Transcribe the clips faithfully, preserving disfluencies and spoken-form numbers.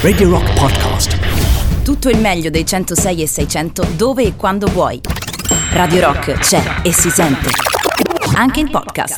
Radio Rock Podcast. Tutto il meglio dei centosei e seicento dove e quando vuoi. Radio Rock c'è e si sente anche in podcast.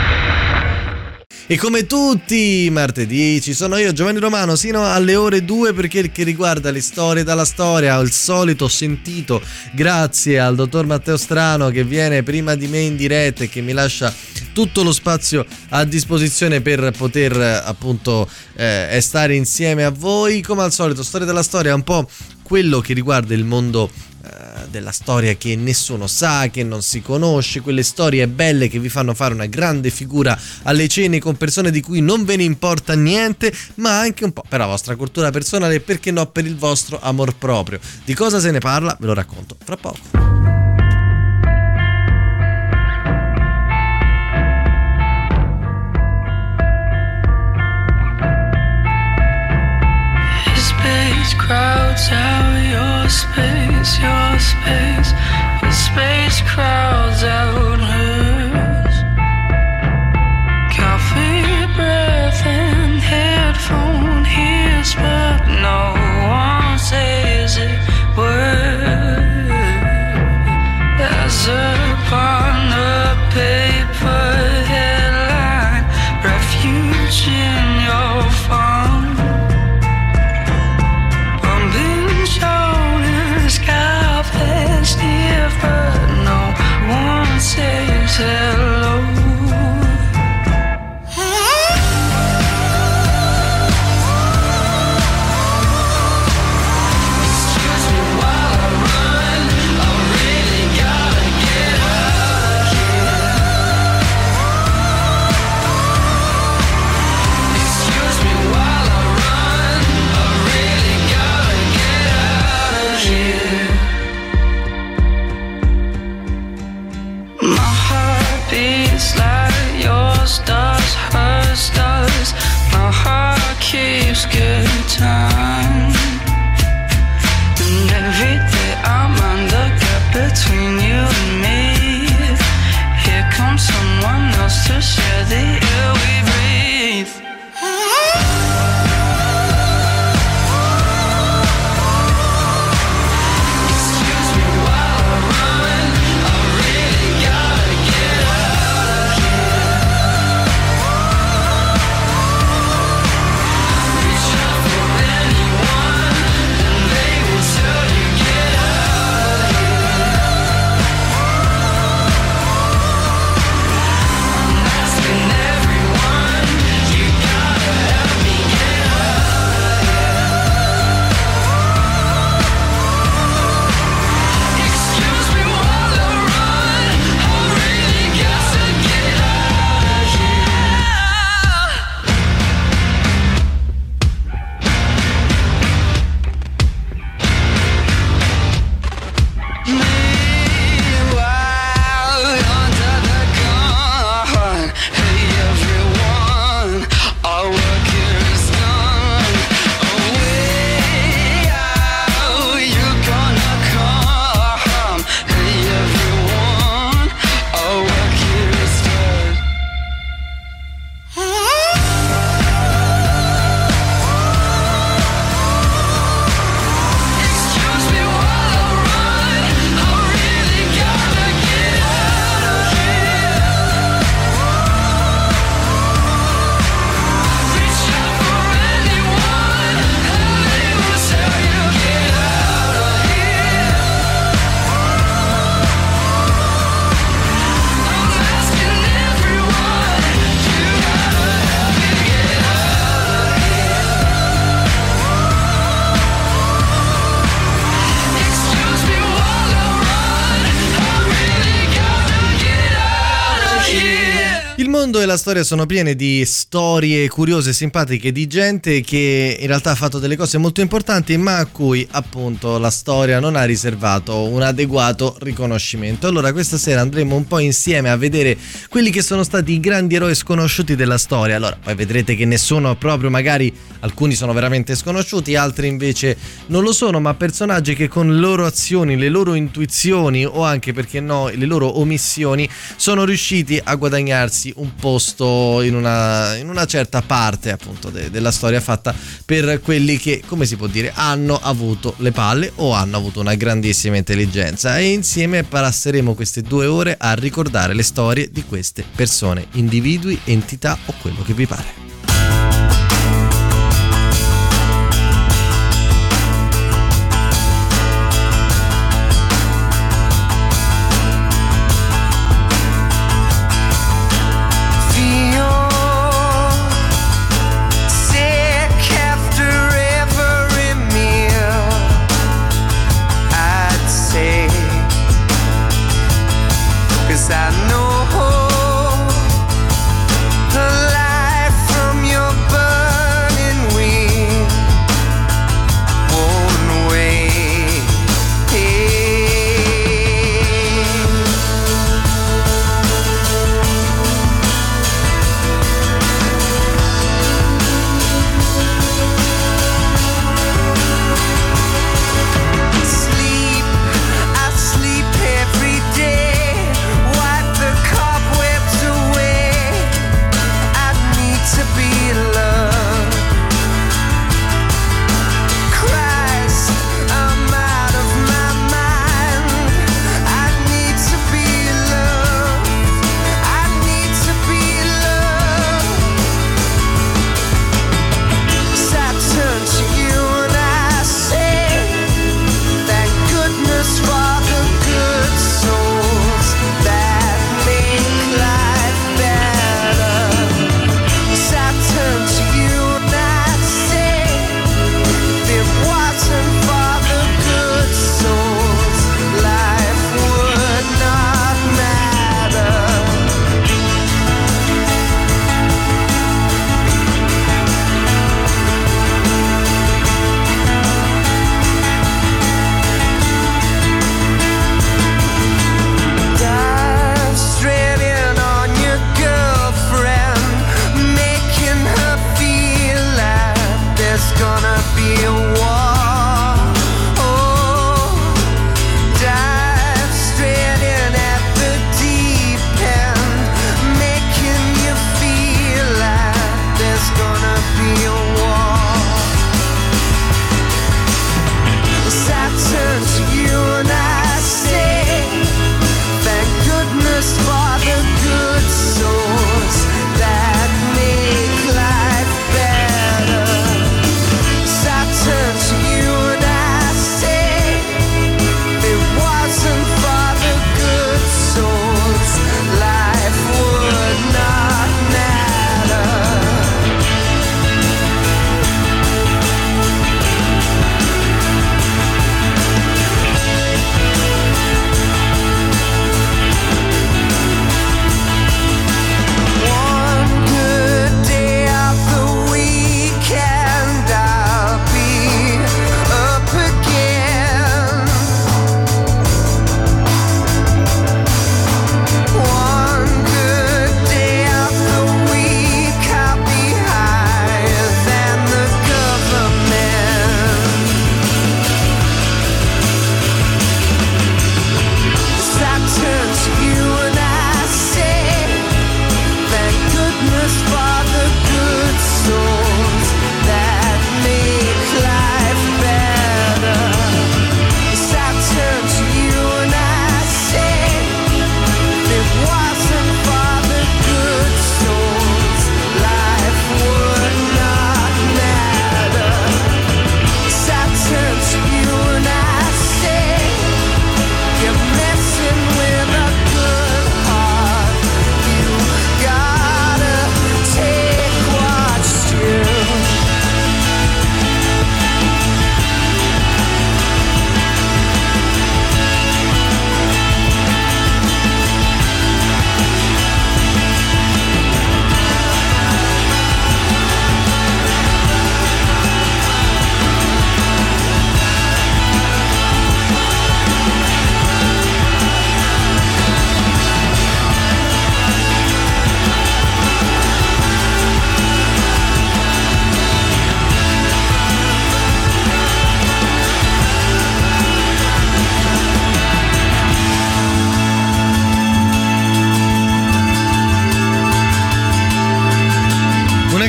E come tutti i martedì ci sono io, Giovanni Romano, sino alle ore due, perché il che riguarda le storie dalla storia, il solito sentito grazie al dottor Matteo Strano, che viene prima di me in diretta e che mi lascia tutto lo spazio a disposizione per poter appunto eh, stare insieme a voi. Come al solito, storia della storia è un po' quello che riguarda il mondo della storia che nessuno sa, che non si conosce, quelle storie belle che vi fanno fare una grande figura alle cene con persone di cui non ve ne importa niente, ma anche un po' per la vostra cultura personale e perché no per il vostro amor proprio. Di cosa se ne parla ve lo racconto fra poco. Crowds out your space, your space, your space crowds out hers. Coffee breath and headphone hears, but no one says it word. As upon a paper headline, refuge in your phone. But no one says hello. Excuse me while I run, I really gotta get out of here. Excuse me while I run, I really gotta get out of here. My heart beats like yours does, hers does. My heart keeps good time. And every day I mind the gap between you and me. Here comes someone else to share the air we breathe. Il mondo e la storia sono piene di storie curiose e simpatiche di gente che in realtà ha fatto delle cose molto importanti, ma a cui appunto la storia non ha riservato un adeguato riconoscimento. Allora questa sera andremo un po' insieme a vedere quelli che sono stati i grandi eroi sconosciuti della storia. Allora poi vedrete che ne sono proprio, magari alcuni sono veramente sconosciuti, altri invece non lo sono, ma personaggi che con le loro azioni, le loro intuizioni o anche, perché no, le loro omissioni sono riusciti a guadagnarsi un posto in una, in una certa parte appunto de, della storia fatta per quelli che, come si può dire, hanno avuto le palle o hanno avuto una grandissima intelligenza, e insieme passeremo queste due ore a ricordare le storie di queste persone, individui, entità o quello che vi pare. I know the life from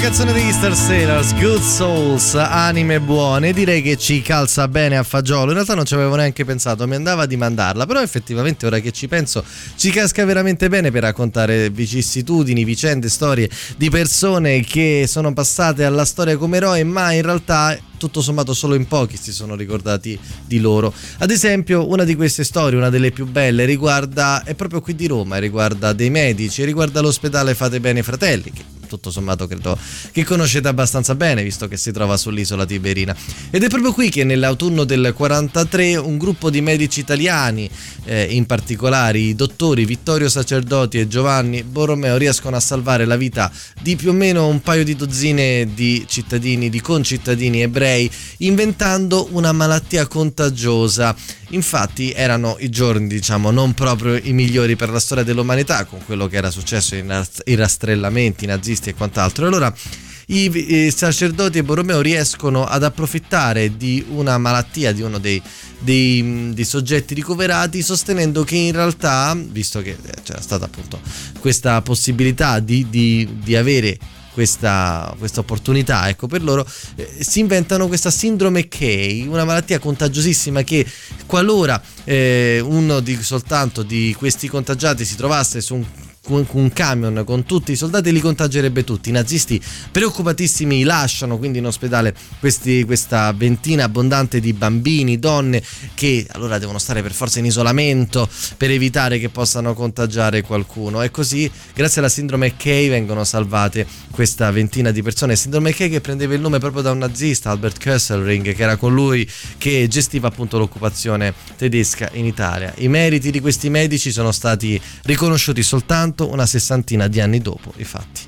canzone degli Star Sailors, Good Souls, anime buone, direi che ci calza bene a fagiolo. In realtà non ci avevo neanche pensato, mi andava di mandarla, però effettivamente ora che ci penso ci casca veramente bene per raccontare vicissitudini, vicende, storie di persone che sono passate alla storia come eroi, ma in realtà tutto sommato solo in pochi si sono ricordati di loro. Ad esempio, una di queste storie, una delle più belle, riguarda, è proprio qui di Roma, riguarda dei medici, riguarda l'ospedale Fate Bene Fratelli, che tutto sommato credo che conoscete abbastanza bene, visto che si trova sull'isola Tiberina. Ed è proprio qui che nell'autunno del quarantatré un gruppo di medici italiani, eh, in particolare i dottori Vittorio Sacerdoti e Giovanni Borromeo, riescono a salvare la vita di più o meno un paio di dozzine di cittadini, di concittadini ebrei, inventando una malattia contagiosa. Infatti erano i giorni, diciamo, non proprio i migliori per la storia dell'umanità, con quello che era successo i rastrellamenti nazisti e quant'altro. E allora i, i sacerdoti e Borromeo riescono ad approfittare di una malattia di uno dei, dei, dei soggetti ricoverati, sostenendo che in realtà, visto che c'era stata appunto questa possibilità di, di, di avere questa, questa opportunità, ecco, per loro eh, si inventano questa sindrome Kay, una malattia contagiosissima che qualora eh, uno di soltanto di questi contagiati si trovasse su un un camion con tutti i soldati, li contagerebbe tutti. I nazisti, preoccupatissimi, lasciano quindi in ospedale questi, questa ventina abbondante di bambini, donne, che allora devono stare per forza in isolamento per evitare che possano contagiare qualcuno. E così, grazie alla sindrome Kay, vengono salvate questa ventina di persone. Sindrome Kay che prendeva il nome proprio da un nazista, Albert Kesselring, che era colui che gestiva appunto l'occupazione tedesca in Italia. I meriti di questi medici sono stati riconosciuti soltanto una sessantina di anni dopo i fatti.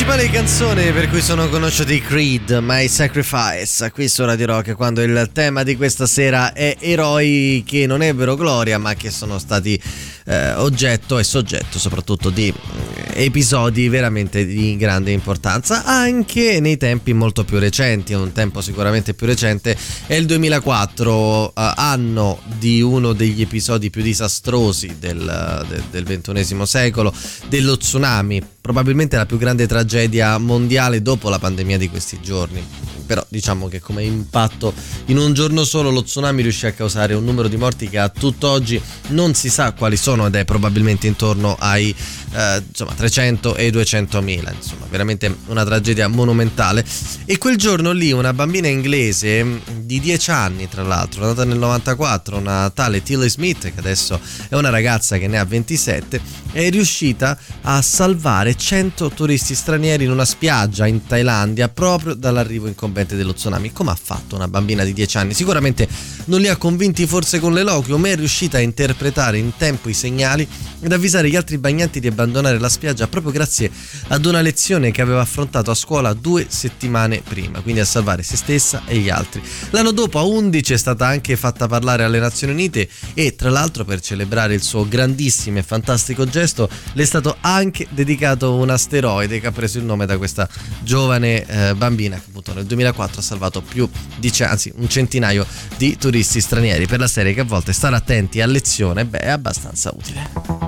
principali canzoni per cui sono conosciuti Creed, My Sacrifice, qui su Radio Rock, quando il tema di questa sera è eroi che non ebbero gloria ma che sono stati eh, oggetto e soggetto soprattutto di eh, episodi veramente di grande importanza anche nei tempi molto più recenti. Un tempo sicuramente più recente è il duemilaquattro, eh, anno di uno degli episodi più disastrosi del, del, del ventunesimo secolo, dello tsunami, probabilmente la più grande tragedia mondiale dopo la pandemia di questi giorni. Però diciamo che come impatto in un giorno solo lo tsunami riuscì a causare un numero di morti che a tutt'oggi non si sa quali sono, ed è probabilmente intorno ai eh, insomma trecento e duecentomila, insomma veramente una tragedia monumentale. E quel giorno lì una bambina inglese di dieci anni, tra l'altro nata nel novantaquattro, una tale Tilly Smith, che adesso è una ragazza che ne ha ventisette, è riuscita a salvare cento turisti stranieri in una spiaggia in Thailandia proprio dall'arrivo incombente dello tsunami. Come ha fatto una bambina di dieci anni? Sicuramente non li ha convinti forse con l'eloquio, ma è riuscita a interpretare in tempo i segnali ed avvisare gli altri bagnanti di abbandonare la spiaggia proprio grazie ad una lezione che aveva affrontato a scuola due settimane prima, quindi a salvare se stessa e gli altri. L'anno dopo, a undici, è stata anche fatta parlare alle Nazioni Unite e tra l'altro per celebrare il suo grandissimo e fantastico gesto le è stato anche dedicato un asteroide che ha preso il nome da questa giovane eh, bambina che appunto nel duemilaquattro ha salvato più di anzi un centinaio di turisti stranieri, per la serie che a volte stare attenti a lezione beh, è abbastanza utile.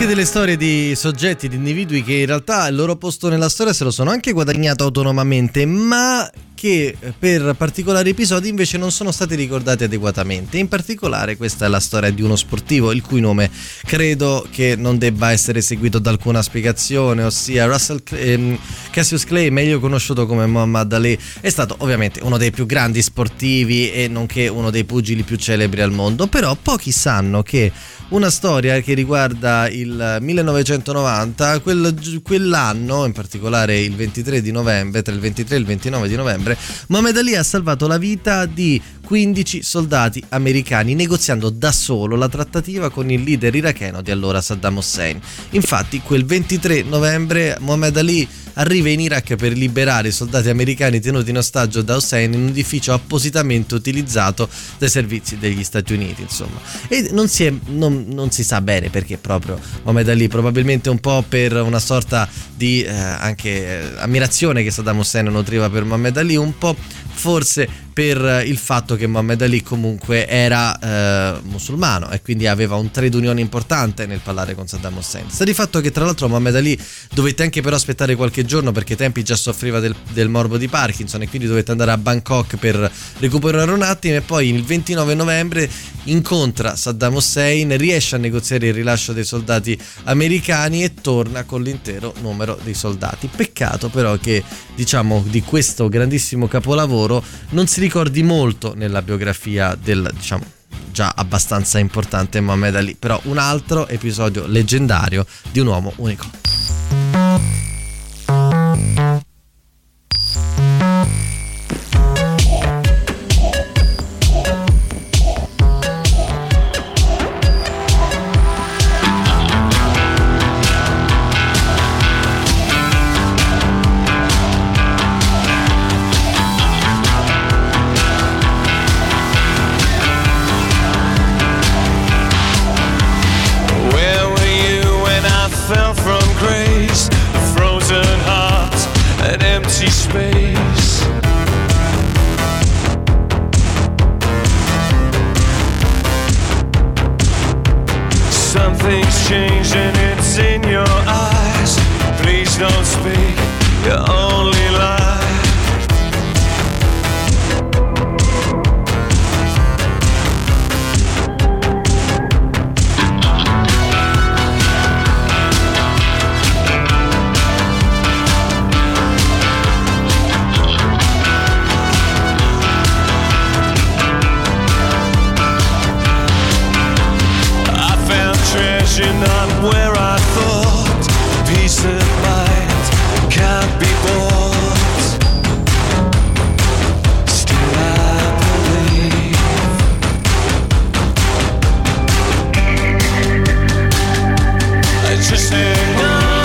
anche delle storie di soggetti, di individui che in realtà il loro posto nella storia se lo sono anche guadagnato autonomamente, ma che per particolari episodi invece non sono stati ricordati adeguatamente. In particolare questa è la storia di uno sportivo il cui nome credo che non debba essere seguito da alcuna spiegazione, ossia Russell ehm, Cassius Clay, meglio conosciuto come Muhammad Ali. È stato ovviamente uno dei più grandi sportivi e nonché uno dei pugili più celebri al mondo, però pochi sanno che una storia che riguarda il millenovecentonovanta, quel, quell'anno, in particolare il ventitré di novembre, tra il ventitré e il ventinove di novembre, Muhammad Ali ha salvato la vita di quindici soldati americani negoziando da solo la trattativa con il leader iracheno di allora, Saddam Hussein. Infatti quel ventitré novembre Muhammad Ali arriva in Iraq per liberare i soldati americani tenuti in ostaggio da Hussein in un edificio appositamente utilizzato dai servizi degli Stati Uniti, insomma. E non si, è, non, non si sa bene perché proprio Muhammad Ali, probabilmente un po' per una sorta di eh, anche eh, ammirazione che Saddam Hussein nutriva per Muhammad Ali, un po' forse per il fatto che Muhammad Ali comunque era eh, musulmano e quindi aveva un trade union importante nel parlare con Saddam Hussein. Sta di fatto che tra l'altro Muhammad Ali dovette anche però aspettare qualche giorno perché ai tempi già soffriva del, del morbo di Parkinson e quindi dovette andare a Bangkok per recuperare un attimo, e poi il ventinove novembre incontra Saddam Hussein, riesce a negoziare il rilascio dei soldati americani e torna con l'intero numero dei soldati. Peccato però che, diciamo, di questo grandissimo capolavoro non si ricordi molto nella biografia del, diciamo, già abbastanza importante Muhammad Ali, però un altro episodio leggendario di un uomo unico. Space. Something's changed and it's in your eyes. Please don't speak, you only lie. Not where I thought. Peace of mind can't be bought. Still I believe. I just hang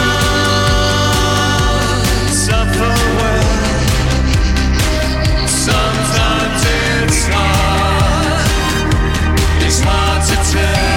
on, suffer well. Sometimes it's hard. It's hard to tell.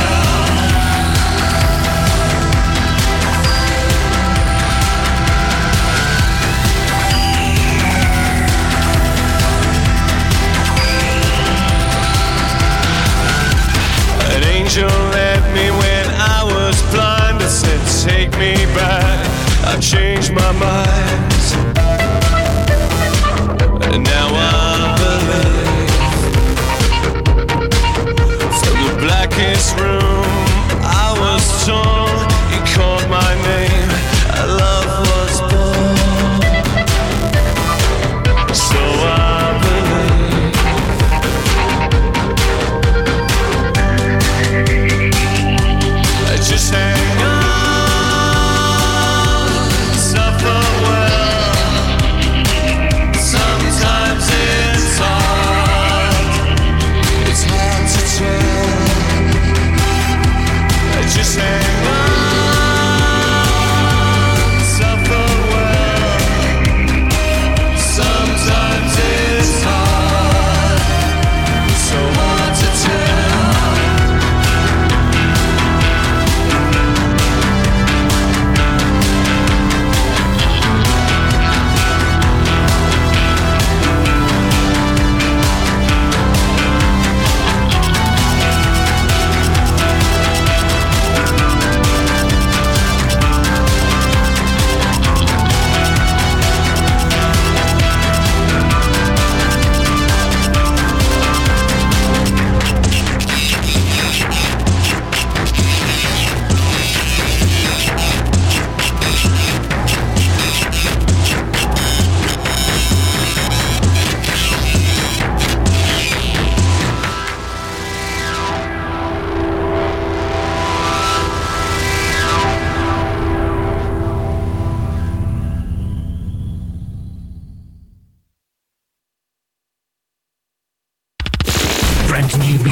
Angel led me when I was blind. I said, take me back. I've changed my mind. And now I believe. From the blackest room I was torn. You called my name. Love was born. So I believe. Just hang on, suffer well. Sometimes it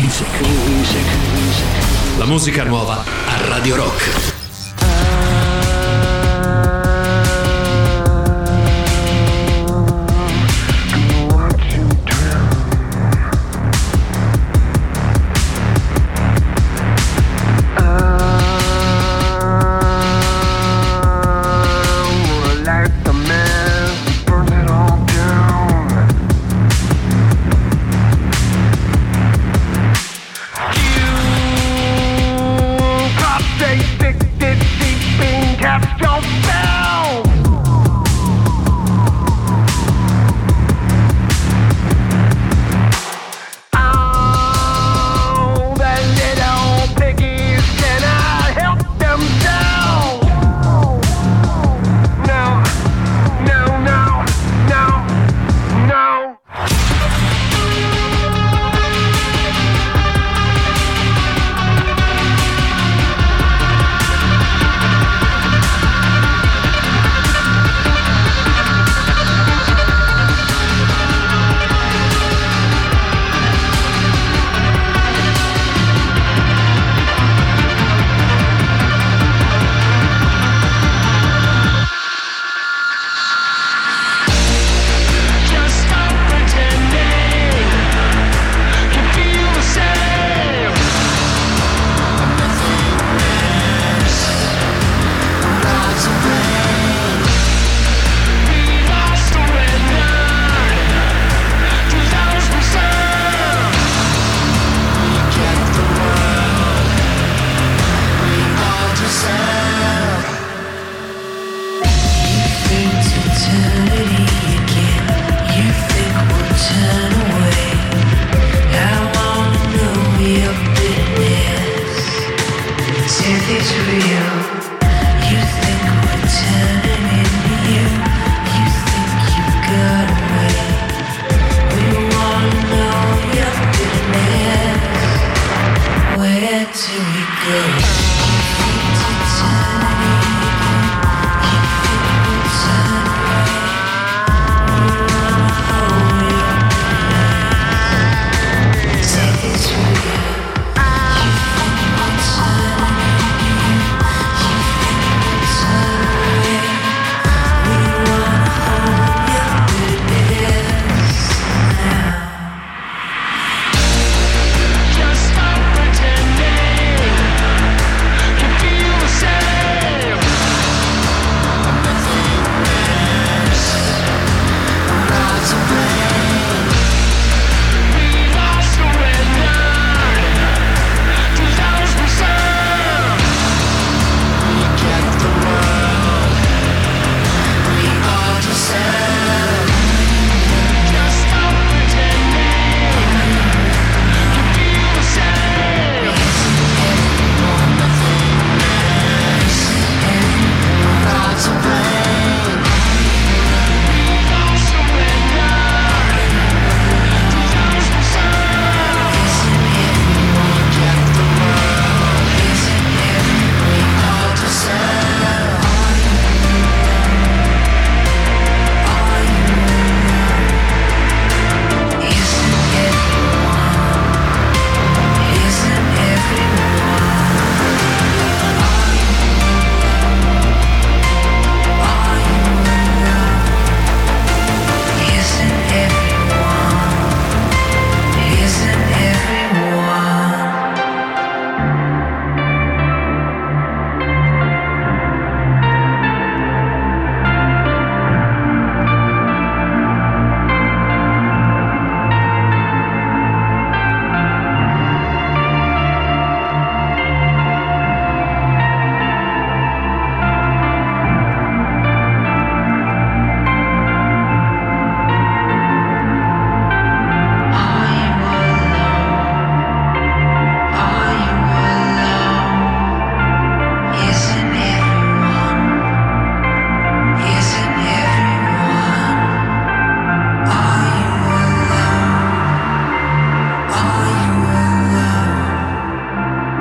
music. La musica nuova a Radio Rock.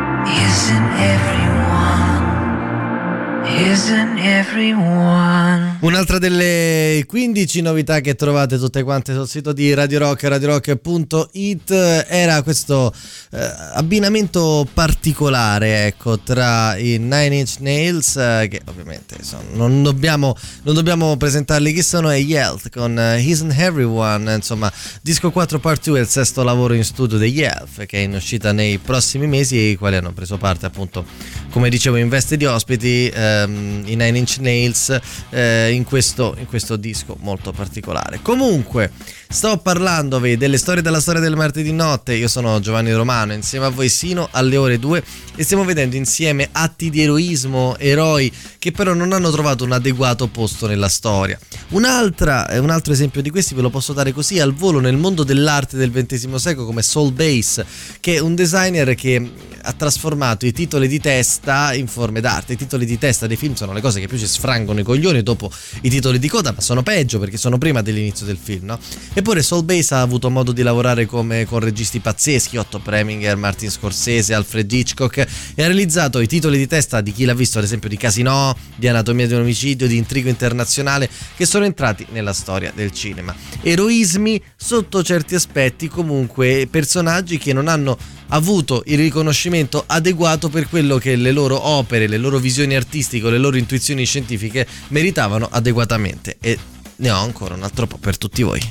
Isn't everyone Un'altra delle quindici novità che trovate tutte quante sul sito di Radio Rock, radio rock punto it, era questo eh, abbinamento particolare, ecco, tra i Nine Inch Nails, eh, che ovviamente sono, non, dobbiamo, non dobbiamo presentarli chi sono, e Yelth con uh, Isn't Everyone, insomma, disco quattro part due, il sesto lavoro in studio degli Yelth, che è in uscita nei prossimi mesi, e i quali hanno preso parte, appunto, come dicevo, in veste di ospiti, ehm, i Nine Inch Nails, eh, in questo, in questo disco molto particolare. Comunque, sto parlandovi delle storie della storia del martedì notte. Io sono Giovanni Romano, insieme a voi sino alle ore due, e stiamo vedendo insieme atti di eroismo, eroi che però non hanno trovato un adeguato posto nella storia. Un'altra, un altro esempio di questi ve lo posso dare così al volo nel mondo dell'arte del ventesimo secolo, come Saul Bass, che è un designer che ha trasformato i titoli di testa in forme d'arte. I titoli di testa dei film sono le cose che più ci sfrangono i coglioni dopo i titoli di coda, ma sono peggio perché sono prima dell'inizio del film, no? Eppure Saul Bass ha avuto modo di lavorare come con registi pazzeschi, Otto Preminger, Martin Scorsese, Alfred Hitchcock, e ha realizzato i titoli di testa di chi l'ha visto, ad esempio, di Casino, di Anatomia di un omicidio, di Intrigo internazionale, che sono entrati nella storia del cinema. Eroismi sotto certi aspetti, comunque personaggi che non hanno avuto il riconoscimento adeguato per quello che le loro opere, le loro visioni artistiche, le loro intuizioni scientifiche meritavano adeguatamente, e ne ho ancora un altro po' per tutti voi.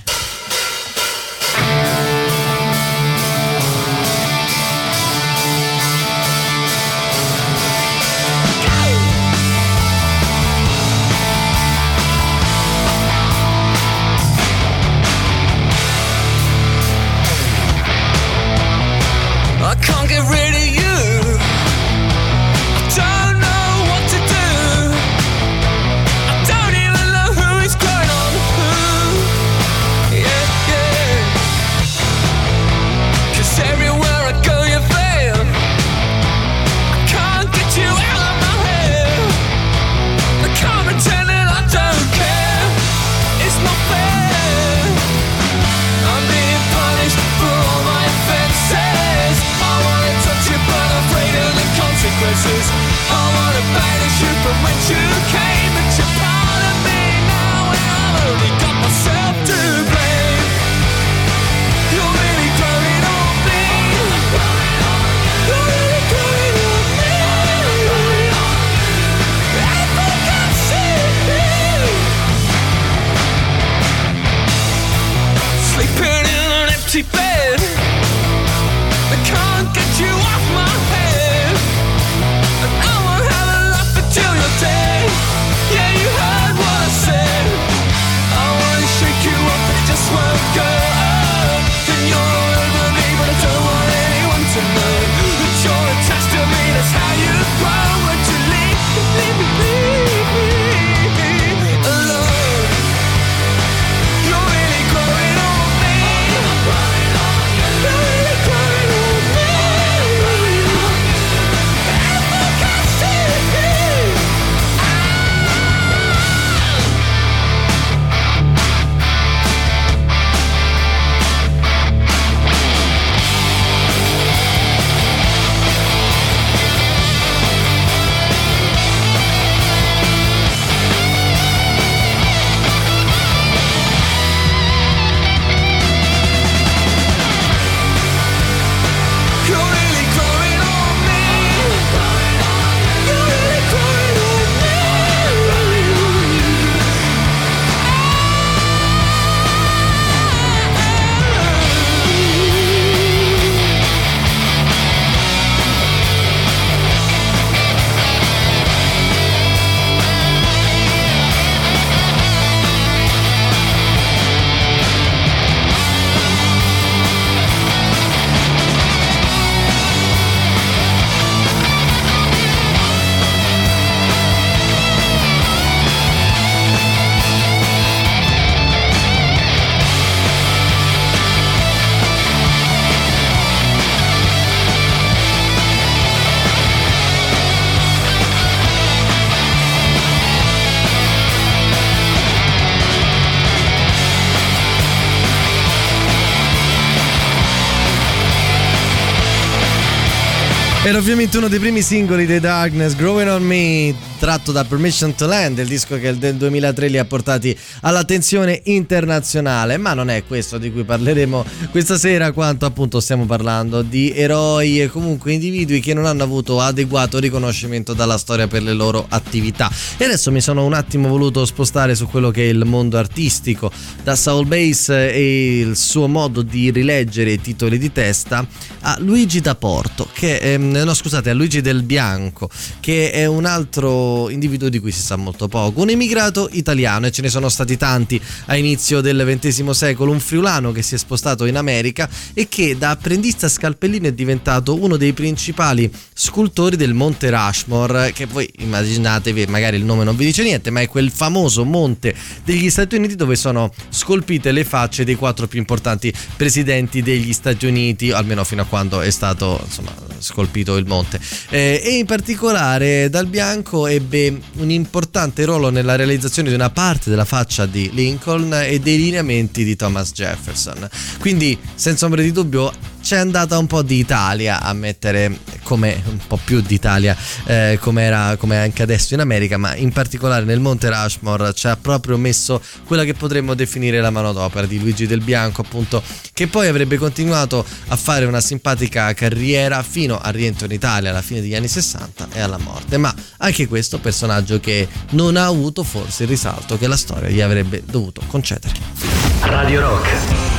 Era ovviamente uno dei primi singoli dei Darkness, Growing on Me, tratto da Permission to Land, il disco che del duemilatré li ha portati all'attenzione internazionale. Ma non è questo di cui parleremo questa sera, quanto appunto stiamo parlando di eroi e comunque individui che non hanno avuto adeguato riconoscimento dalla storia per le loro attività. E adesso mi sono un attimo voluto spostare su quello che è il mondo artistico, da Saul Bass e il suo modo di rileggere i titoli di testa a Luigi da Porto, che ehm, no scusate a Luigi del Bianco, che è un altro individuo di cui si sa molto poco, un emigrato italiano, e ce ne sono stati tanti a inizio del ventesimo secolo, un friulano che si è spostato in America e che da apprendista scalpellino è diventato uno dei principali scultori del Monte Rushmore, che voi immaginatevi, magari il nome non vi dice niente, ma è quel famoso monte degli Stati Uniti dove sono scolpite le facce dei quattro più importanti presidenti degli Stati Uniti, almeno fino a quando è stato insomma scolpito il monte, eh, e in particolare Dal Bianco ebbe un importante ruolo nella realizzazione di una parte della faccia di Lincoln e dei lineamenti di Thomas Jefferson. Quindi senza ombra di dubbio c'è andata un po' di Italia a mettere, come un po' più d'Italia eh, come era, come anche adesso in America, ma in particolare nel Monte Rushmore ci ha proprio messo quella che potremmo definire la manodopera di Luigi del Bianco, appunto, che poi avrebbe continuato a fare una simpatica carriera fino al rientro in Italia alla fine degli anni sessanta e alla morte. Ma anche questo personaggio che non ha avuto forse il risalto che la storia gli avrebbe dovuto concedere. Radio Rock,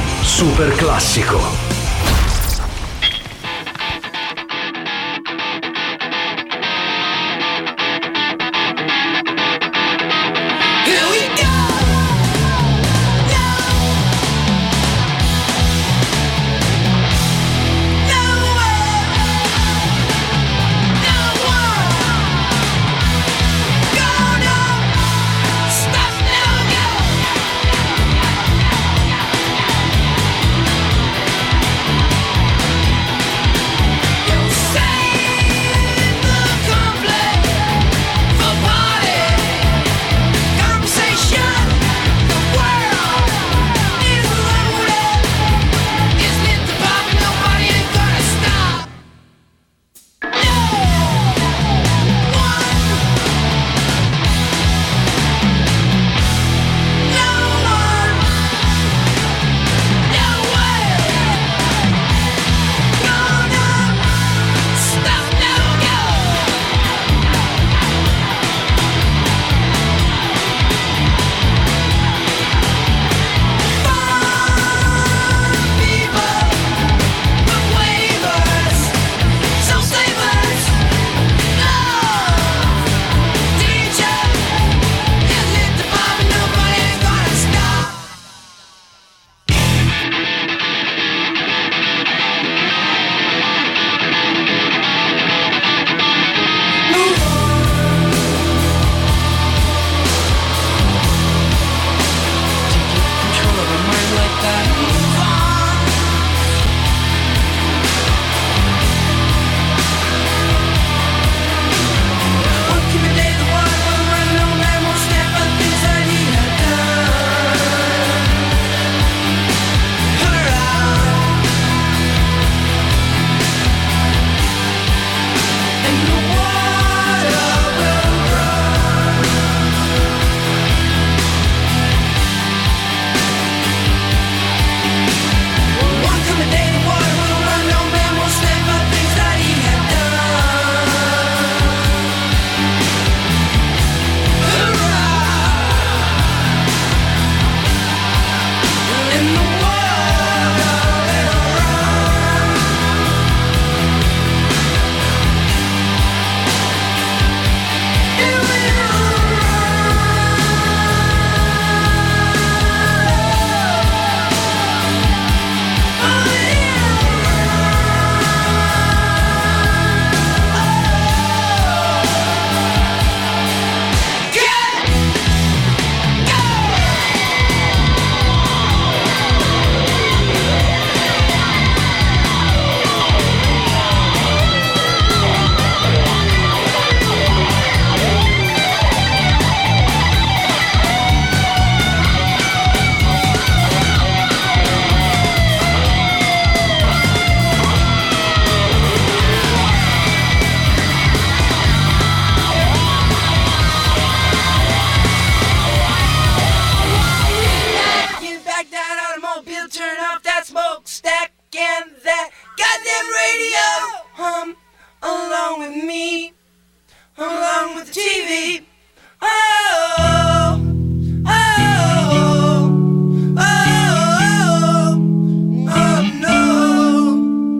super classico. Stop now, go! with me, along with the T V. Oh, oh, oh, oh, oh, no.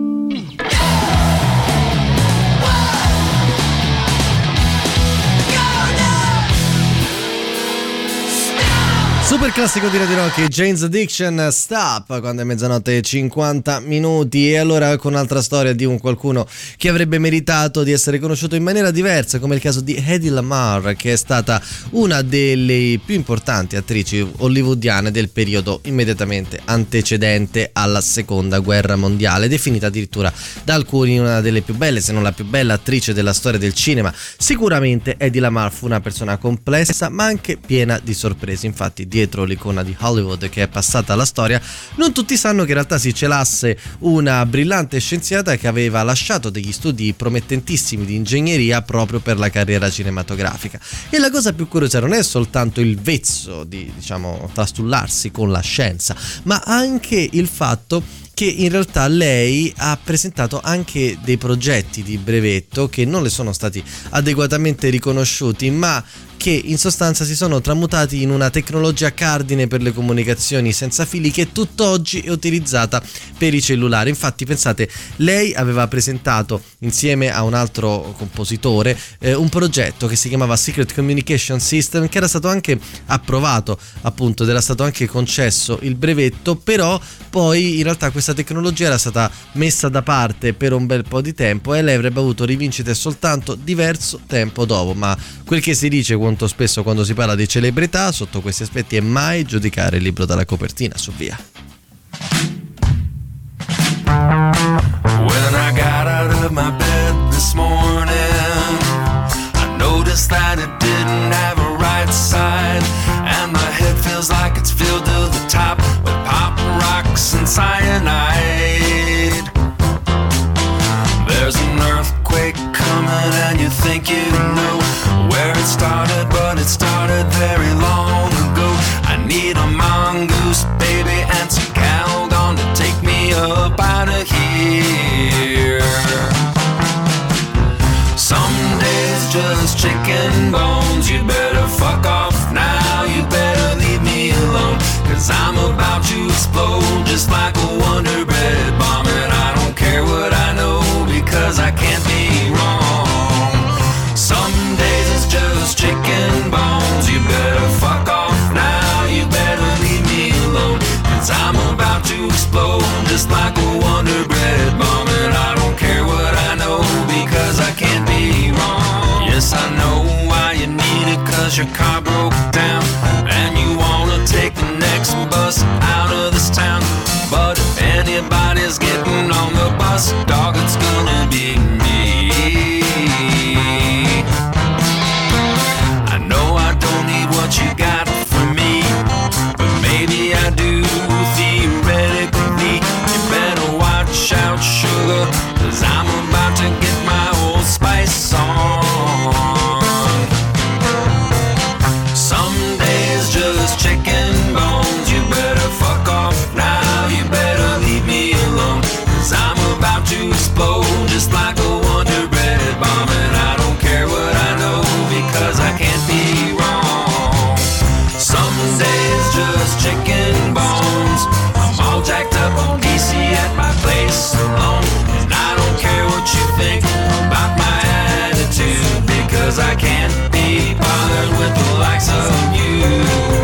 Super classico di Radio Rock, Jane's Addiction, Stop, quando è mezzanotte e cinquanta minuti. E allora con un'altra storia di un qualcuno che avrebbe meritato di essere conosciuto in maniera diversa, come il caso di Hedy Lamarr, che è stata una delle più importanti attrici hollywoodiane del periodo immediatamente antecedente alla seconda guerra mondiale, definita addirittura da alcuni una delle più belle, se non la più bella attrice della storia del cinema. Sicuramente Hedy Lamarr fu una persona complessa ma anche piena di sorprese. Infatti dietro l'icona di Hollywood che è passata alla storia, non tutti sanno che in realtà si celasse una brillante scienziata che aveva lasciato degli studi promettentissimi di ingegneria proprio per la carriera cinematografica. E la cosa più curiosa non è soltanto il vezzo di, diciamo, trastullarsi con la scienza, ma anche il fatto che in realtà lei ha presentato anche dei progetti di brevetto che non le sono stati adeguatamente riconosciuti, ma che in sostanza si sono tramutati in una tecnologia cardine per le comunicazioni senza fili che tutt'oggi è utilizzata per i cellulari. Infatti pensate, lei aveva presentato insieme a un altro compositore eh, un progetto che si chiamava Secret Communication System, che era stato anche approvato, appunto, ed era stato anche concesso il brevetto, però poi in realtà questa tecnologia era stata messa da parte per un bel po' di tempo e lei avrebbe avuto rivincite soltanto diverso tempo dopo. Ma quel che si dice molto spesso quando si parla di celebrità sotto questi aspetti è mai giudicare il libro dalla copertina. Su, via. When I got out of my bed this morning, I noticed that it didn't have a right side, and my head feels like it's filled to the top with pop rocks and cyanide. There's an earthquake coming and you think you know where it started, but it started very long ago. I need a mongoose, baby, and some Calgon to take me up out of here. Some days just chicken bones. You better fuck off now, you better leave me alone, 'cause I'm about to explode just like a Wonder Bread bomb. And I don't care what I know, because I can't be wrong. Some days it's just chicken bones. You better fuck off now, you better leave me alone, 'cause I'm about to explode just like a Wonder Bread bomb. And I don't care what I know, because I can't be wrong. Yes, I know why you need it, 'cause your car broke down and you wanna take the next bus out of this town. But if anybody's getting on the bus, dog, it's gonna be me. I know I don't need what you got for me, but maybe I do theoretically. You better watch out, sugar, 'cause I'm about to get my Old Spice on. Some days just chicken bones. You better fuck off now, you better leave me alone, 'cause I'm about to explode just like a Wonder Bread bomb. And I don't care what I know, because I can't be wrong. Some days just chicken bones. I'm all jacked up on P C at my place alone, and I don't care what you think about my attitude, because I can't be bothered with the likes of you.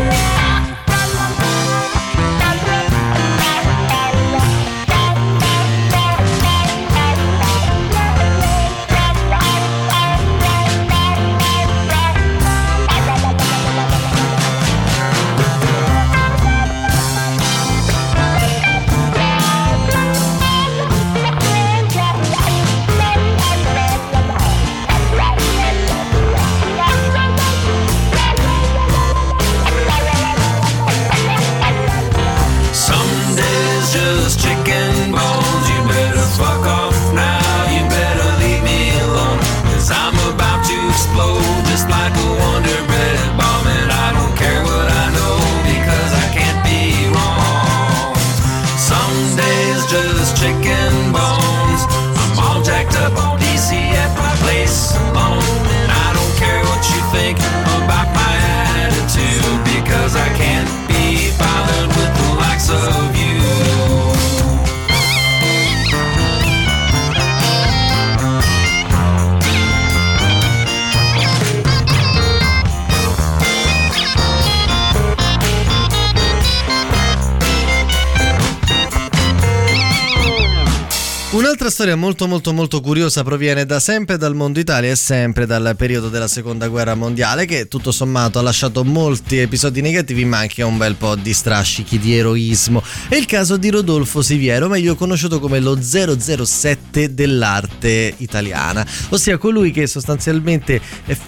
Un'altra storia molto molto molto curiosa proviene da sempre dal mondo Italia e sempre dal periodo della seconda guerra mondiale, che tutto sommato ha lasciato molti episodi negativi ma anche un bel po' di strascichi di eroismo. È il caso di Rodolfo Siviero, meglio conosciuto come lo zero zero sette dell'arte italiana, ossia colui che sostanzialmente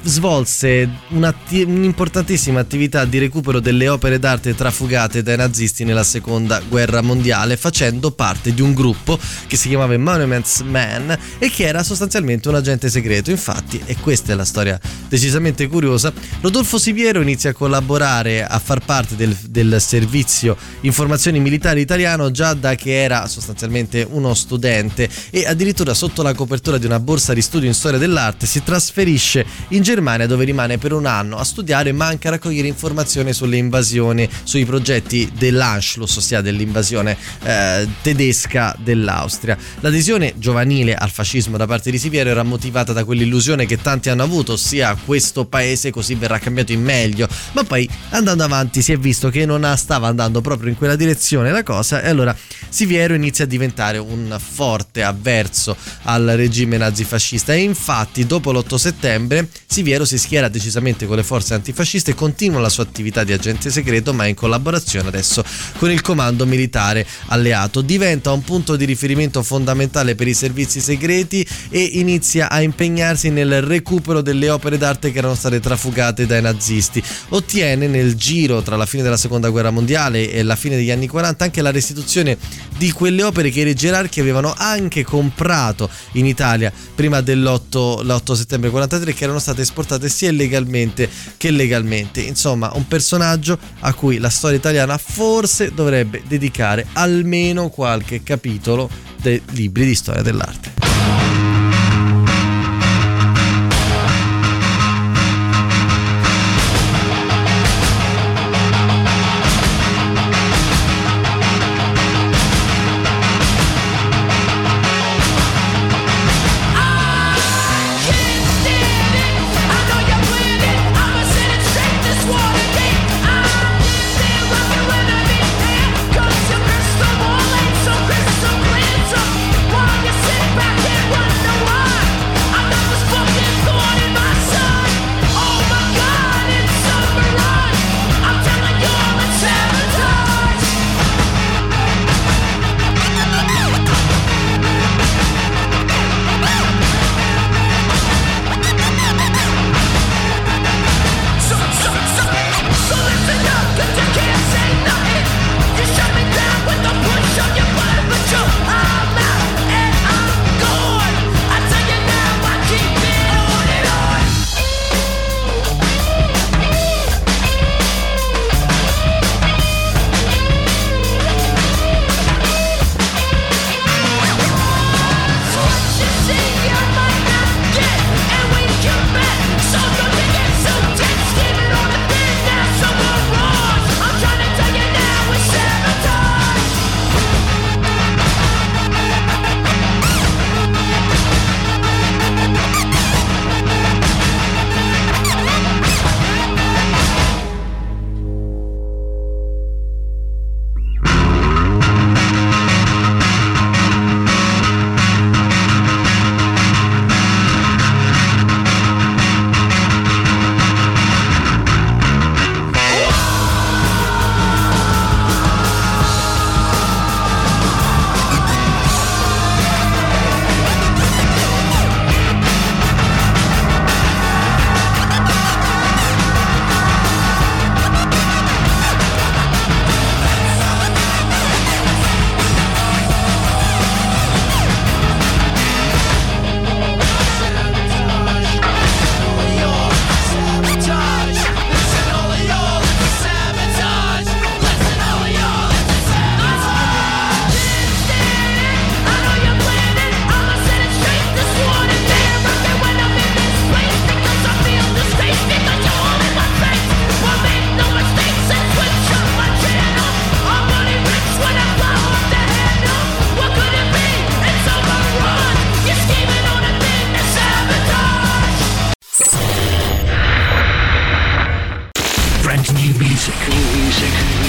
svolse un'atti- un'importantissima attività di recupero delle opere d'arte trafugate dai nazisti nella seconda guerra mondiale, facendo parte di un gruppo che si chiamava Monuments Men e che era sostanzialmente un agente segreto. Infatti, e questa è la storia decisamente curiosa, Rodolfo Siviero inizia a collaborare, a far parte del, del servizio informazioni militari italiano già da che era sostanzialmente uno studente, e addirittura sotto la copertura di una borsa di studio in storia dell'arte si trasferisce in Germania, dove rimane per un anno a studiare ma anche a raccogliere informazioni sulle invasioni, sui progetti dell'Anschluss, ossia dell'invasione eh, tedesca dell'Austria. L'adesione giovanile al fascismo da parte di Siviero era motivata da quell'illusione che tanti hanno avuto, ossia questo paese così verrà cambiato in meglio, ma poi andando avanti si è visto che non stava andando proprio in quella direzione la cosa, e allora Siviero inizia a diventare un forte avverso al regime nazifascista, e infatti dopo l'otto settembre Siviero si schiera decisamente con le forze antifasciste e continua la sua attività di agente segreto, ma in collaborazione adesso con il comando militare alleato. Diventa un punto di riferimento fondamentale per i servizi segreti e inizia a impegnarsi nel recupero delle opere d'arte che erano state trafugate dai nazisti. Ottiene nel giro tra la fine della seconda guerra mondiale e la fine degli anni quaranta anche la restituzione di quelle opere che i gerarchi avevano anche comprato in Italia prima dell'otto settembre quarantatré, che erano state esportate sia illegalmente che legalmente. Insomma, un personaggio a cui la storia italiana forse dovrebbe dedicare almeno qualche capitolo dei libri di storia dell'arte.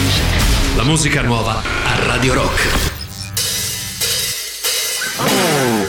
La musica nuova a Radio Rock.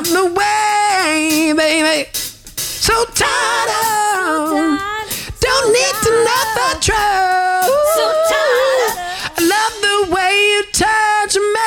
love the way, baby. So tired of, don't need to know the truth. So tired of, I love the way you touch me.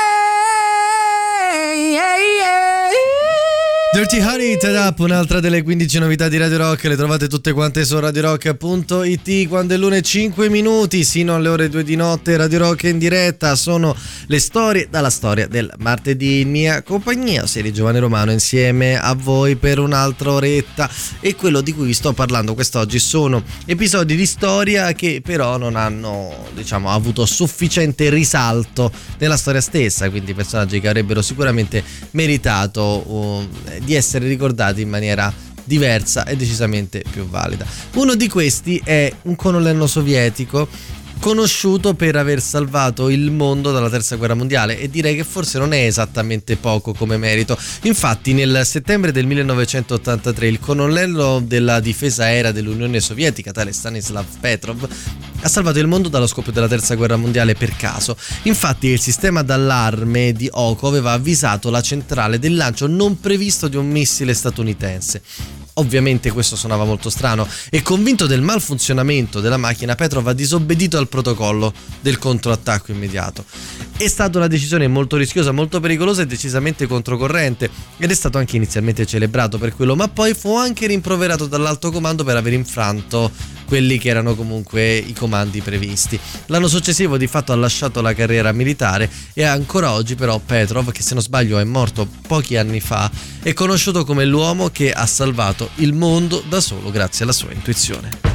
Dirty Honey, Tied Up, un'altra delle quindici novità di Radio Rock, le trovate tutte quante su radio rock punto it. Quando è l'una e cinque minuti, sino alle ore due di notte, Radio Rock in diretta, sono le storie dalla storia del martedì, in mia compagnia, serie Giovanni Romano, insieme a voi per un'altra oretta, e quello di cui vi sto parlando quest'oggi sono episodi di storia che però non hanno, diciamo, avuto sufficiente risalto nella storia stessa, quindi personaggi che avrebbero sicuramente meritato uh, di essere ricordati in maniera diversa e decisamente più valida. Uno di questi è un colonnello sovietico conosciuto per aver salvato il mondo dalla terza guerra mondiale, e direi che forse non è esattamente poco come merito. Infatti nel settembre del millenovecentottantatré il colonnello della difesa aerea dell'Unione Sovietica, tale Stanislav Petrov, ha salvato il mondo dallo scoppio della terza guerra mondiale per caso. Infatti il sistema d'allarme di Oko aveva avvisato la centrale del lancio non previsto di un missile statunitense. Ovviamente questo suonava molto strano, e convinto del malfunzionamento della macchina, Petrov ha disobbedito al protocollo del controattacco immediato. È stata una decisione molto rischiosa, molto pericolosa e decisamente controcorrente, ed è stato anche inizialmente celebrato per quello, ma poi fu anche rimproverato dall'alto comando per aver infranto quelli che erano comunque i comandi previsti. L'anno successivo di fatto ha lasciato la carriera militare, e ancora oggi però Petrov, che se non sbaglio è morto pochi anni fa, è conosciuto come l'uomo che ha salvato il mondo da solo grazie alla sua intuizione.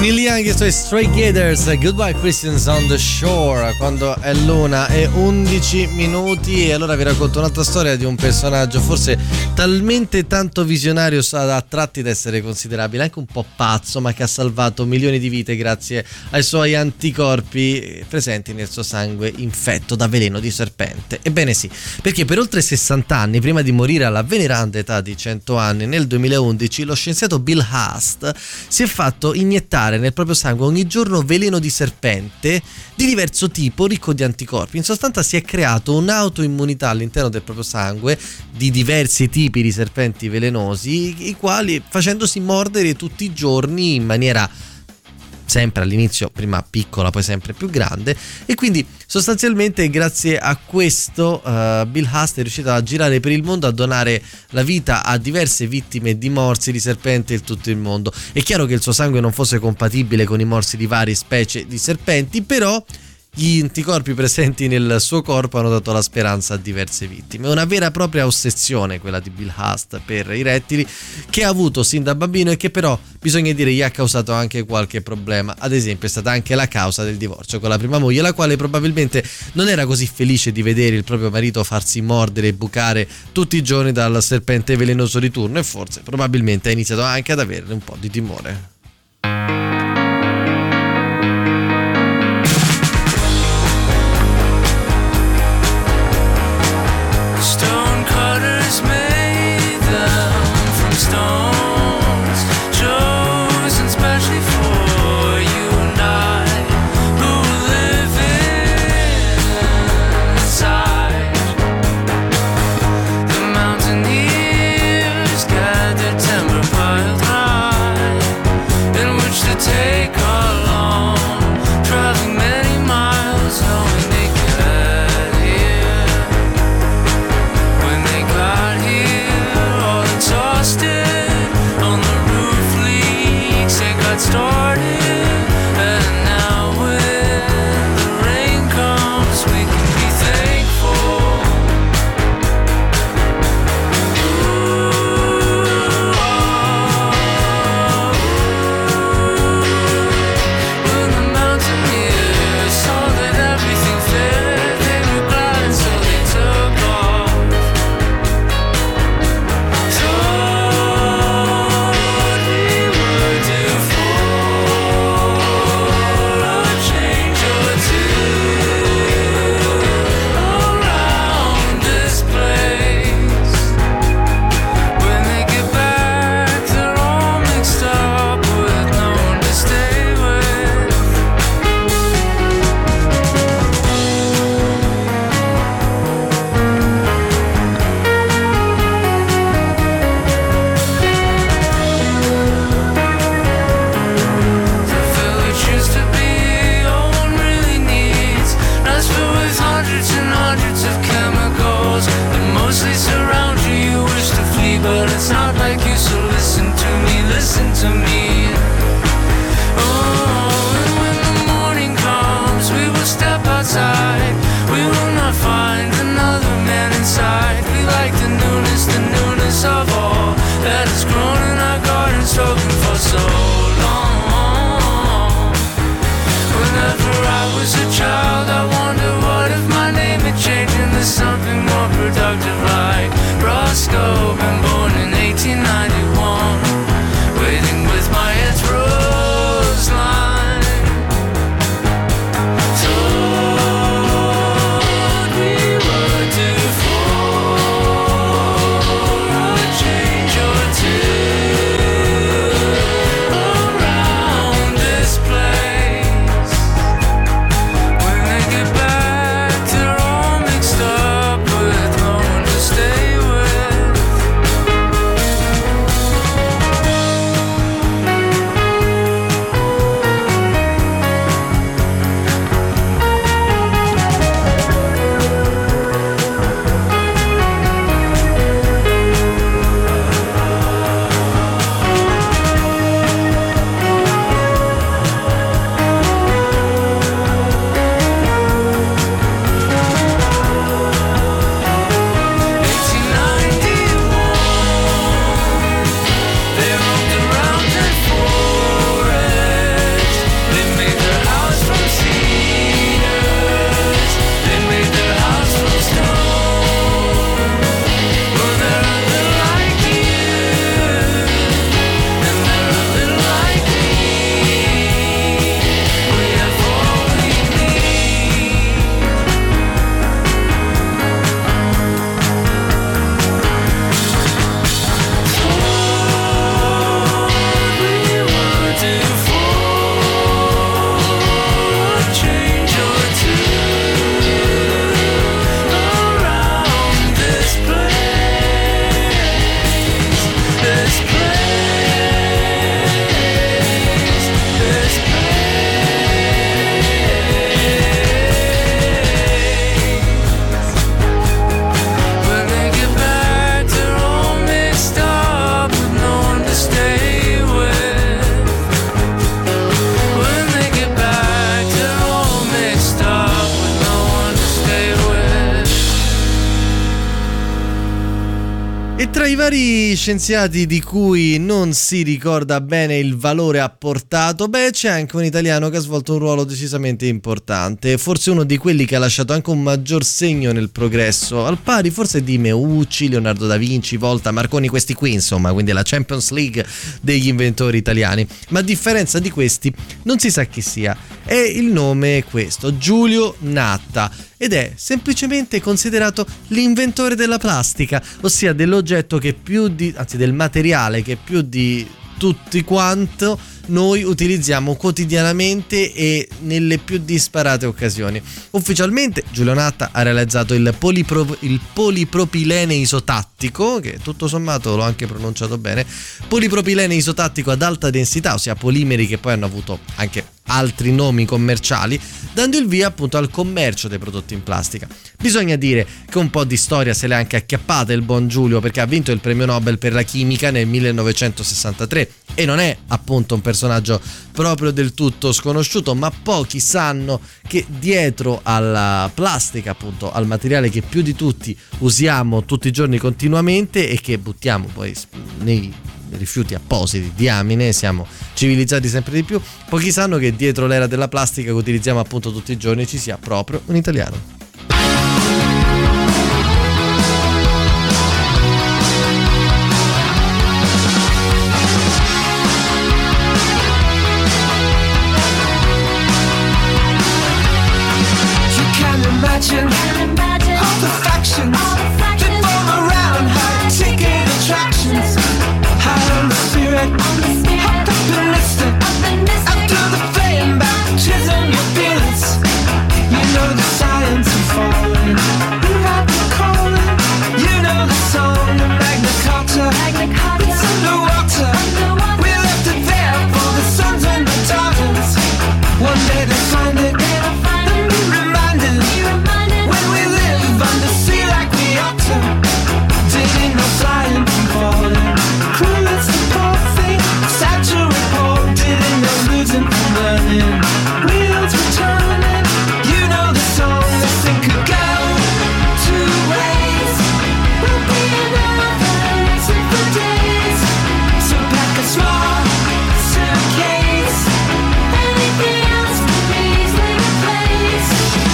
Neil Young e i suoi Stray Gators, Goodbye Christians on the Shore, quando è l'una e undici minuti. E allora vi racconto un'altra storia di un personaggio forse talmente tanto visionario a tratti da essere considerabile anche un po' pazzo, ma che ha salvato milioni di vite grazie ai suoi anticorpi presenti nel suo sangue infetto da veleno di serpente. Ebbene sì, perché per oltre sessanta anni, prima di morire alla veneranda età di cento anni nel duemilaundici, lo scienziato Bill Haast si è fatto iniettare nel proprio sangue ogni giorno veleno di serpente di diverso tipo ricco di anticorpi. In sostanza si è creato un'autoimmunità all'interno del proprio sangue di diversi tipi di serpenti velenosi, i quali facendosi mordere tutti i giorni in maniera sempre all'inizio prima piccola poi sempre più grande. E quindi sostanzialmente grazie a questo uh, Bill Haast è riuscito a girare per il mondo, a donare la vita a diverse vittime di morsi di serpente in tutto il mondo. È chiaro che il suo sangue non fosse compatibile con i morsi di varie specie di serpenti, però gli anticorpi presenti nel suo corpo hanno dato la speranza a diverse vittime. È una vera e propria ossessione quella di Bill Haast per i rettili, che ha avuto sin da bambino e che però bisogna dire gli ha causato anche qualche problema. Ad esempio è stata anche la causa del divorzio con la prima moglie, la quale probabilmente non era così felice di vedere il proprio marito farsi mordere e bucare tutti i giorni dal serpente velenoso di turno, e forse probabilmente ha iniziato anche ad averne un po' di timore. The E tra i vari scienziati di cui non si ricorda bene il valore apportato, beh, c'è anche un italiano che ha svolto un ruolo decisamente importante, forse uno di quelli che ha lasciato anche un maggior segno nel progresso, al pari forse di Meucci, Leonardo da Vinci, Volta, Marconi, questi qui insomma, quindi la Champions League degli inventori italiani. Ma a differenza di questi non si sa chi sia, e il nome è questo, Giulio Natta, ed è semplicemente considerato l'inventore della plastica, ossia dell'oggetto che più di, anzi del materiale che più di tutti quanto noi utilizziamo quotidianamente e nelle più disparate occasioni. Ufficialmente Giulio Natta ha realizzato il, polipro, il polipropilene isotattico, che tutto sommato l'ho anche pronunciato bene, polipropilene isotattico ad alta densità, ossia polimeri che poi hanno avuto anche altri nomi commerciali, dando il via appunto al commercio dei prodotti in plastica. Bisogna dire che un po' di storia se l'è anche acchiappata il buon Giulio, perché ha vinto il premio Nobel per la chimica nel millenovecentosessantatré e non è appunto un personaggio proprio del tutto sconosciuto, ma pochi sanno che dietro alla plastica, appunto al materiale che più di tutti usiamo tutti i giorni continuamente e che buttiamo poi nei rifiuti appositi, diamine, siamo civilizzati sempre di più, pochi sanno che dietro l'era della plastica che utilizziamo appunto tutti i giorni ci sia proprio un italiano. Imagine all the factions that form around high-ticket attractions. High on the spirit, hopped up and missed it. After the flame baptism, your feelings. You know the science of falling. You had the calling. You know the song of Magna Carta. It's underwater. We left it there for the sons and the daughters. One day they'll find it. They'll be reminded. When we live under sea like we ought to, didn't no flying from falling. Crew, it's the poor thing, sad to report. Didn't no losing from learning. Wheels were turning, you know the song. This thing could go two ways. We'll be another exit for days. So pack a small suitcase. Anything else can be easily replaced.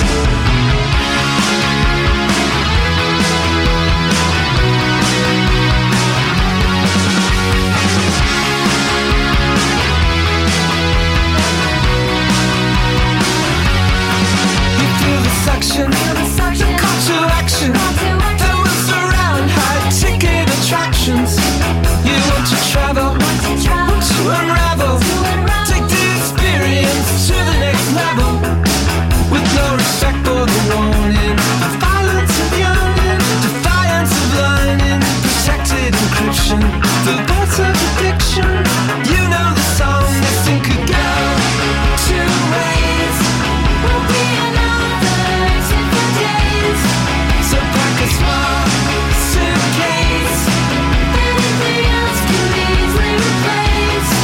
Suction, the call to action that will surround high-ticket attractions. You want to travel, want to unravel, take the experience to the next level. With no respect for the warning, violence of yearning, defiance of learning, protected encryption, the birth of addiction. You know the song, this thing could go two ways. We'll be another exit for days. So pack a small suitcase. Anything else can be easily replaced.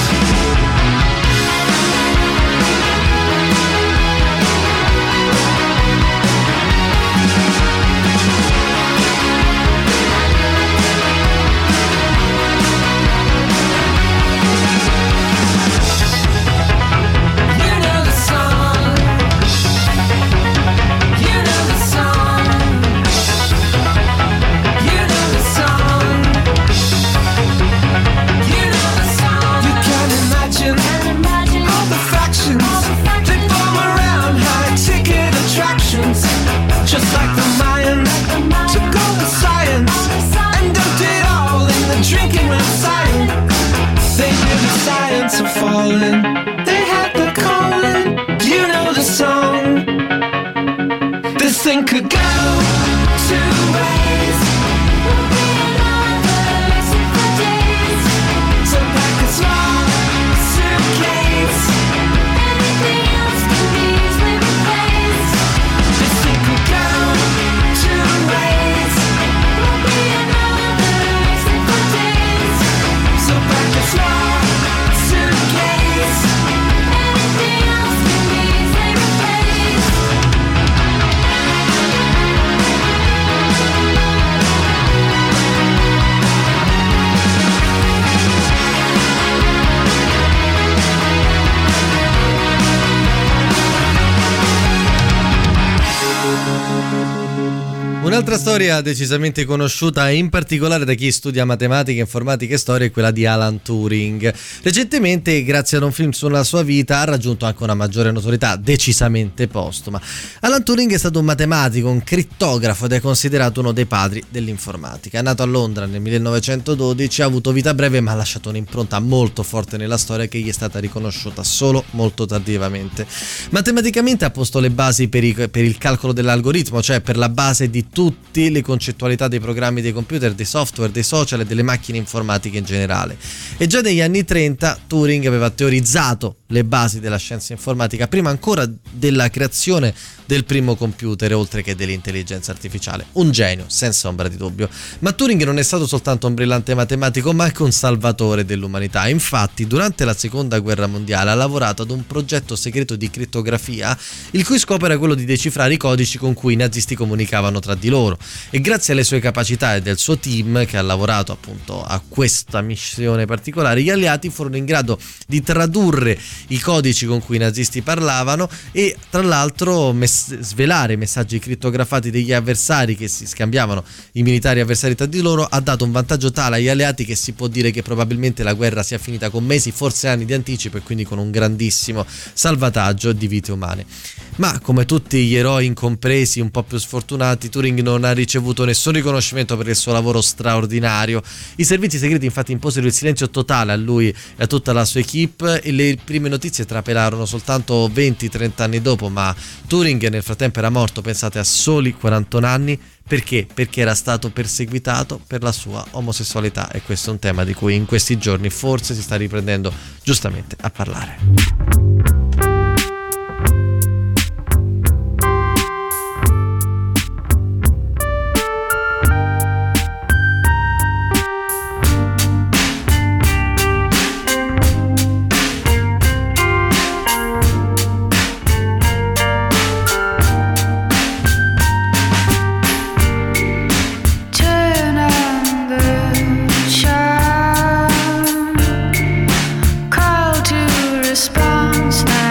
You know the song. You know the song. You know the song. You know the song. You can imagine all the factions that form around high-ticket attractions. Just like the Mayans took all the science and dumped it all in the drinking round siren. They knew the science of falling. They had the calling. You know the song. This thing could go two ways. We'll be another exit for days. So pack a small suitcase. Anything else can be easily replaced. This thing could go two ways. We'll be another exit for days. So pack a small suitcase. Anything else can be easily replaced. Un'altra storia decisamente conosciuta in particolare da chi studia matematica, informatica e storia è quella di Alan Turing. Recentemente, grazie ad un film sulla sua vita, ha raggiunto anche una maggiore notorietà, decisamente postuma. Alan Turing è stato un matematico, un crittografo ed è considerato uno dei padri dell'informatica. È nato a Londra nel millenovecentododici, ha avuto vita breve ma ha lasciato un'impronta molto forte nella storia che gli è stata riconosciuta solo molto tardivamente. Matematicamente ha posto le basi per, i, per il calcolo dell'algoritmo, cioè per la base di tutte le concettualità dei programmi dei computer, dei software, dei social e delle macchine informatiche in generale. E già negli anni trenta Turing aveva teorizzato le basi della scienza informatica, prima ancora della creazione del primo computer, oltre che dell'intelligenza artificiale. Un genio, senza ombra di dubbio. Ma Turing non è stato soltanto un brillante matematico, ma anche un salvatore dell'umanità. Infatti, durante la seconda guerra mondiale ha lavorato ad un progetto segreto di crittografia, il cui scopo era quello di decifrare i codici con cui i nazisti comunicavano tra di loro. E grazie alle sue capacità e del suo team, che ha lavorato appunto a questa missione particolare, gli alleati furono in grado di tradurre i codici con cui i nazisti parlavano e tra l'altro mess- svelare i messaggi crittografati degli avversari che si scambiavano, i militari avversari tra di loro. Ha dato un vantaggio tale agli alleati che si può dire che probabilmente la guerra sia finita con mesi, forse anni di anticipo, e quindi con un grandissimo salvataggio di vite umane. Ma come tutti gli eroi incompresi un po' più sfortunati, Turing non ha ricevuto nessun riconoscimento per il suo lavoro straordinario. I servizi segreti infatti imposero il silenzio totale a lui e a tutta la sua equipe e le prime notizie trapelarono soltanto venti trenta anni dopo, ma Turing nel frattempo era morto, pensate, a soli quarantuno anni. Perché? Perché era stato perseguitato per la sua omosessualità, e questo è un tema di cui in questi giorni forse si sta riprendendo giustamente a parlare. Call to response.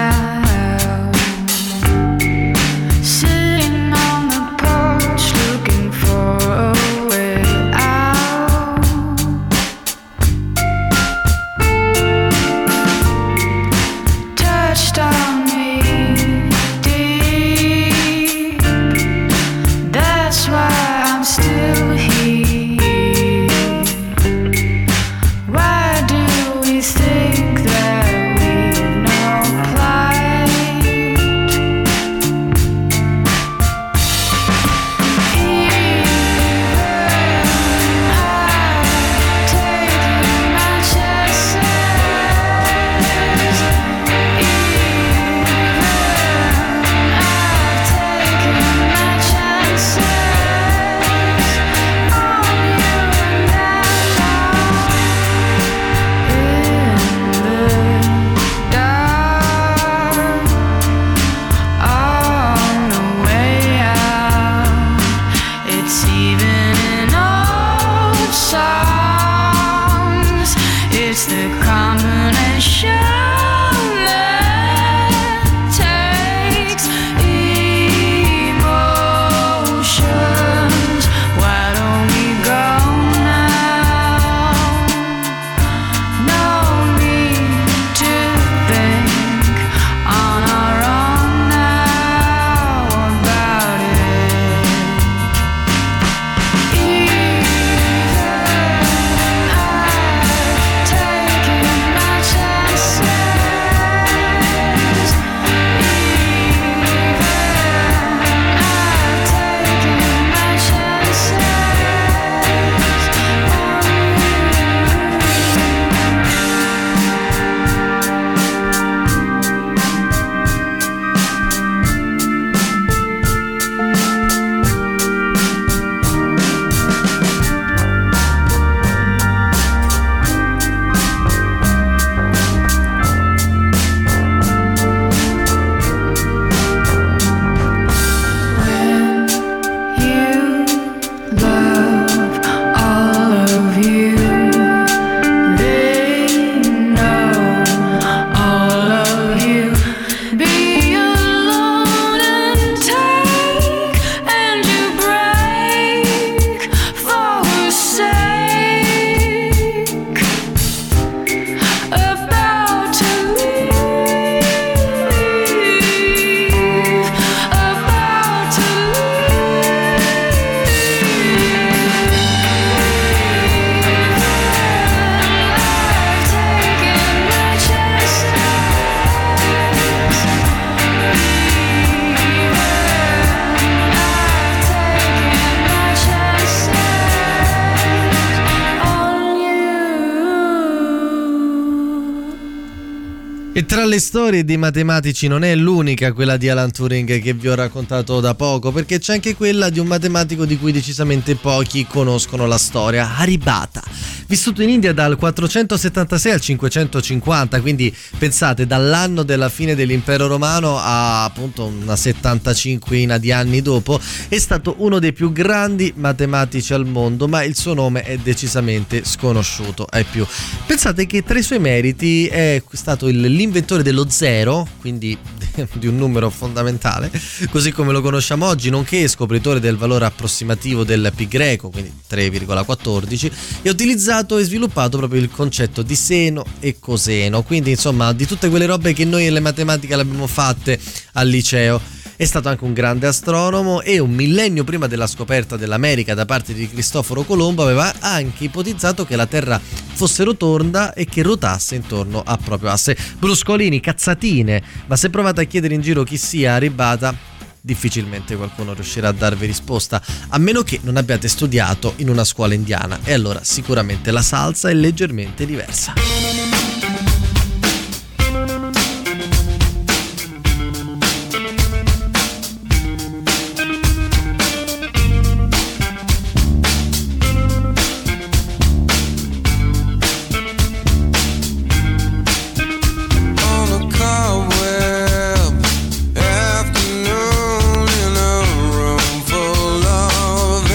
Tra le storie dei matematici non è l'unica quella di Alan Turing che vi ho raccontato da poco, perché c'è anche quella di un matematico di cui decisamente pochi conoscono la storia, Aryabhata. Vissuto in India dal quattrocentosettantasei al cinquecentocinquanta, quindi pensate dall'anno della fine dell'impero romano a appunto una settantacinquina di anni dopo, è stato uno dei più grandi matematici al mondo, ma il suo nome è decisamente sconosciuto ai più. Pensate che tra i suoi meriti è stato il, l'inventore dello zero, quindi di un numero fondamentale, così come lo conosciamo oggi, nonché scopritore del valore approssimativo del pi greco, quindi tre virgola quattordici, e utilizzato e sviluppato proprio il concetto di seno e coseno, quindi insomma di tutte quelle robe che noi nelle matematiche le abbiamo fatte al liceo. È stato anche un grande astronomo e un millennio prima della scoperta dell'America da parte di Cristoforo Colombo aveva anche ipotizzato che la Terra fosse rotonda e che ruotasse intorno a proprio asse. Bruscolini, cazzatine, ma se provate a chiedere in giro chi sia Aryabhata, difficilmente qualcuno riuscirà a darvi risposta, a meno che non abbiate studiato in una scuola indiana, e allora sicuramente la salsa è leggermente diversa.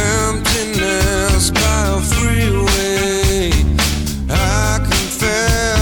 By a freeway, I confess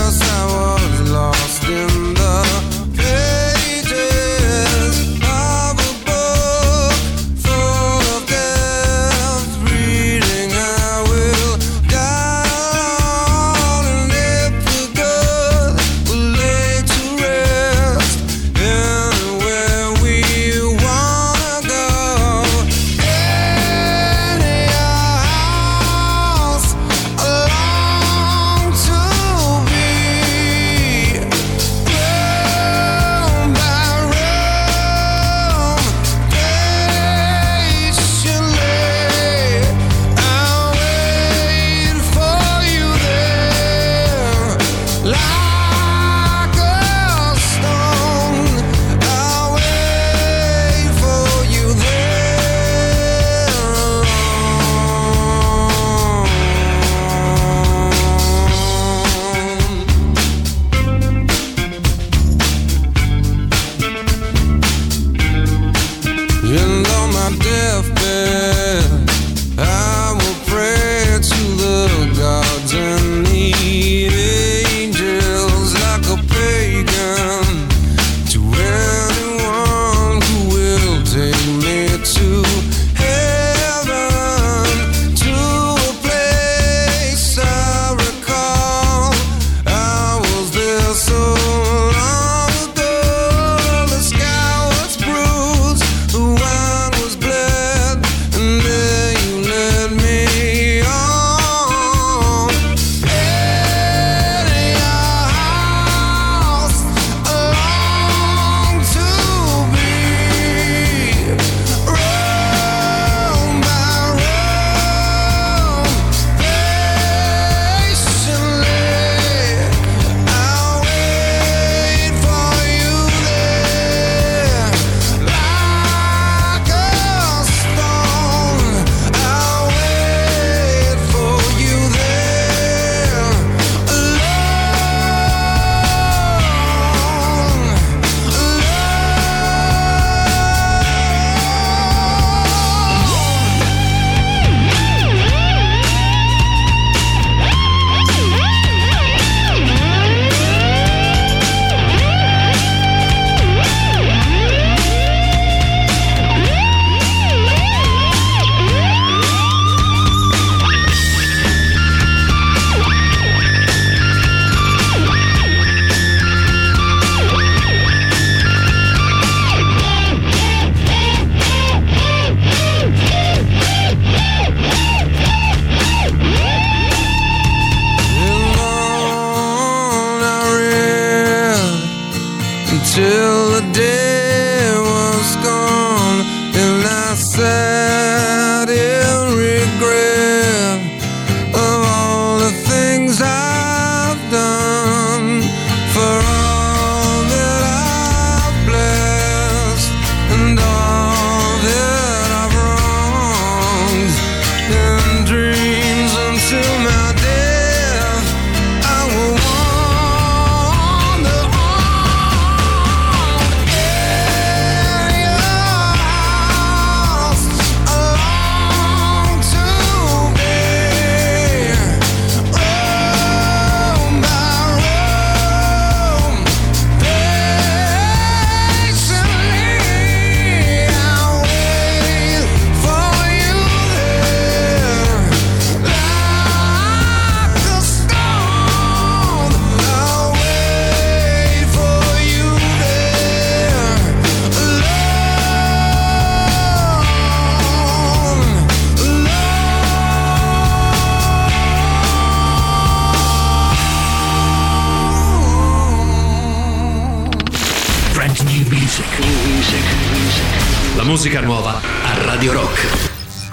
La musica nuova a Radio Rock.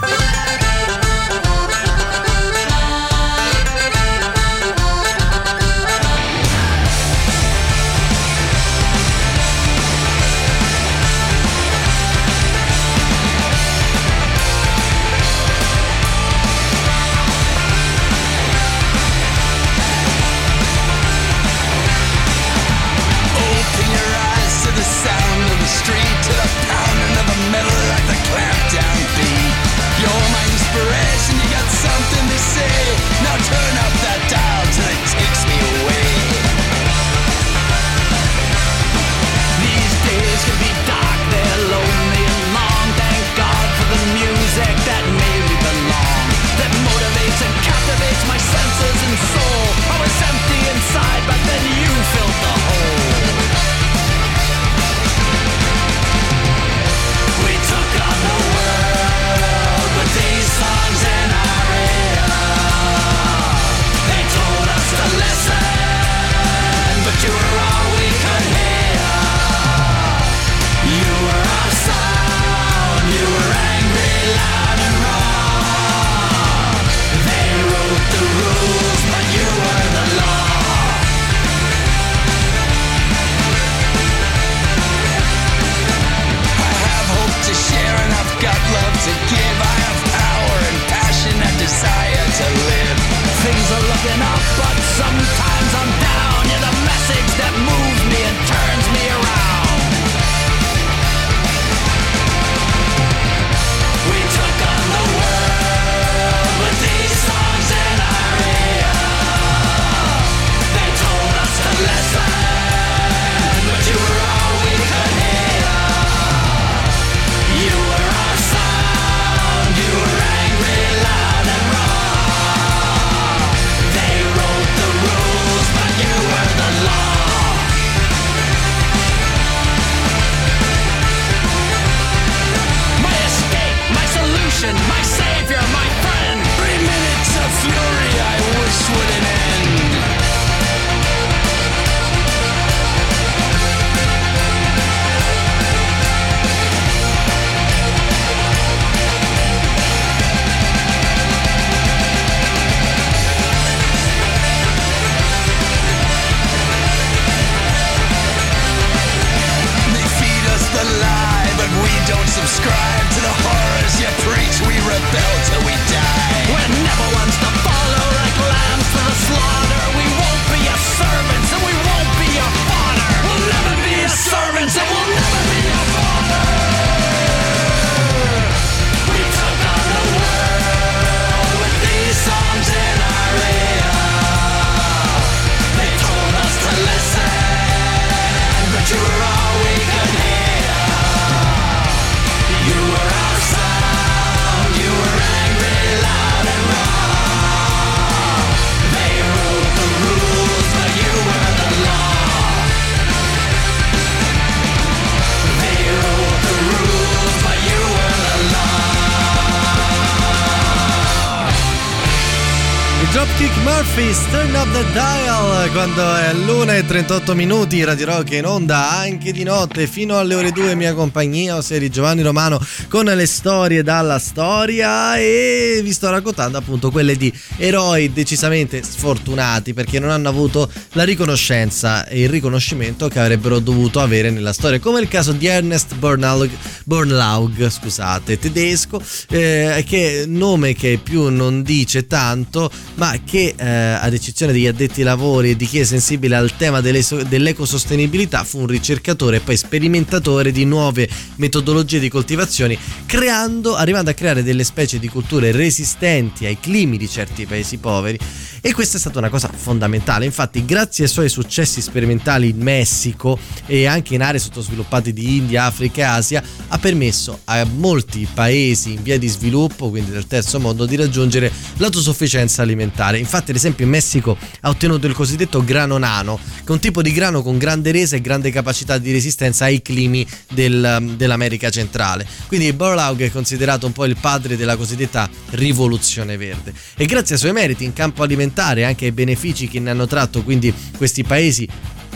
Dropkick Murphys, Turn Up the Dial, quando è l'una e trentotto minuti, Radio Rock in onda anche di notte fino alle ore due, mia compagnia, ossia di Giovanni Romano, con le storie dalla storia, e vi sto raccontando appunto quelle di eroi decisamente sfortunati perché non hanno avuto la riconoscenza e il riconoscimento che avrebbero dovuto avere nella storia, come il caso di Ernest Borlaug, Borlaug scusate, tedesco, eh, che nome che più non dice tanto, ma che eh, ad eccezione degli addetti ai lavori e di chi è sensibile al tema dell'ecosostenibilità fu un ricercatore e poi sperimentatore di nuove metodologie di coltivazioni, creando, arrivando a creare delle specie di culture resistenti ai climi di certi paesi poveri. E questa è stata una cosa fondamentale. Infatti, grazie ai suoi successi sperimentali in Messico e anche in aree sottosviluppate di India, Africa e Asia, ha permesso a molti paesi in via di sviluppo, quindi del terzo mondo, di raggiungere l'autosufficienza alimentare. Infatti, ad esempio, in Messico ha ottenuto il cosiddetto grano nano, che è un tipo di grano con grande resa e grande capacità di resistenza ai climi del, dell'America centrale. Quindi Borlaug è considerato un po' il padre della cosiddetta rivoluzione verde, e grazie ai suoi meriti in campo alimentare e anche ai benefici che ne hanno tratto quindi questi paesi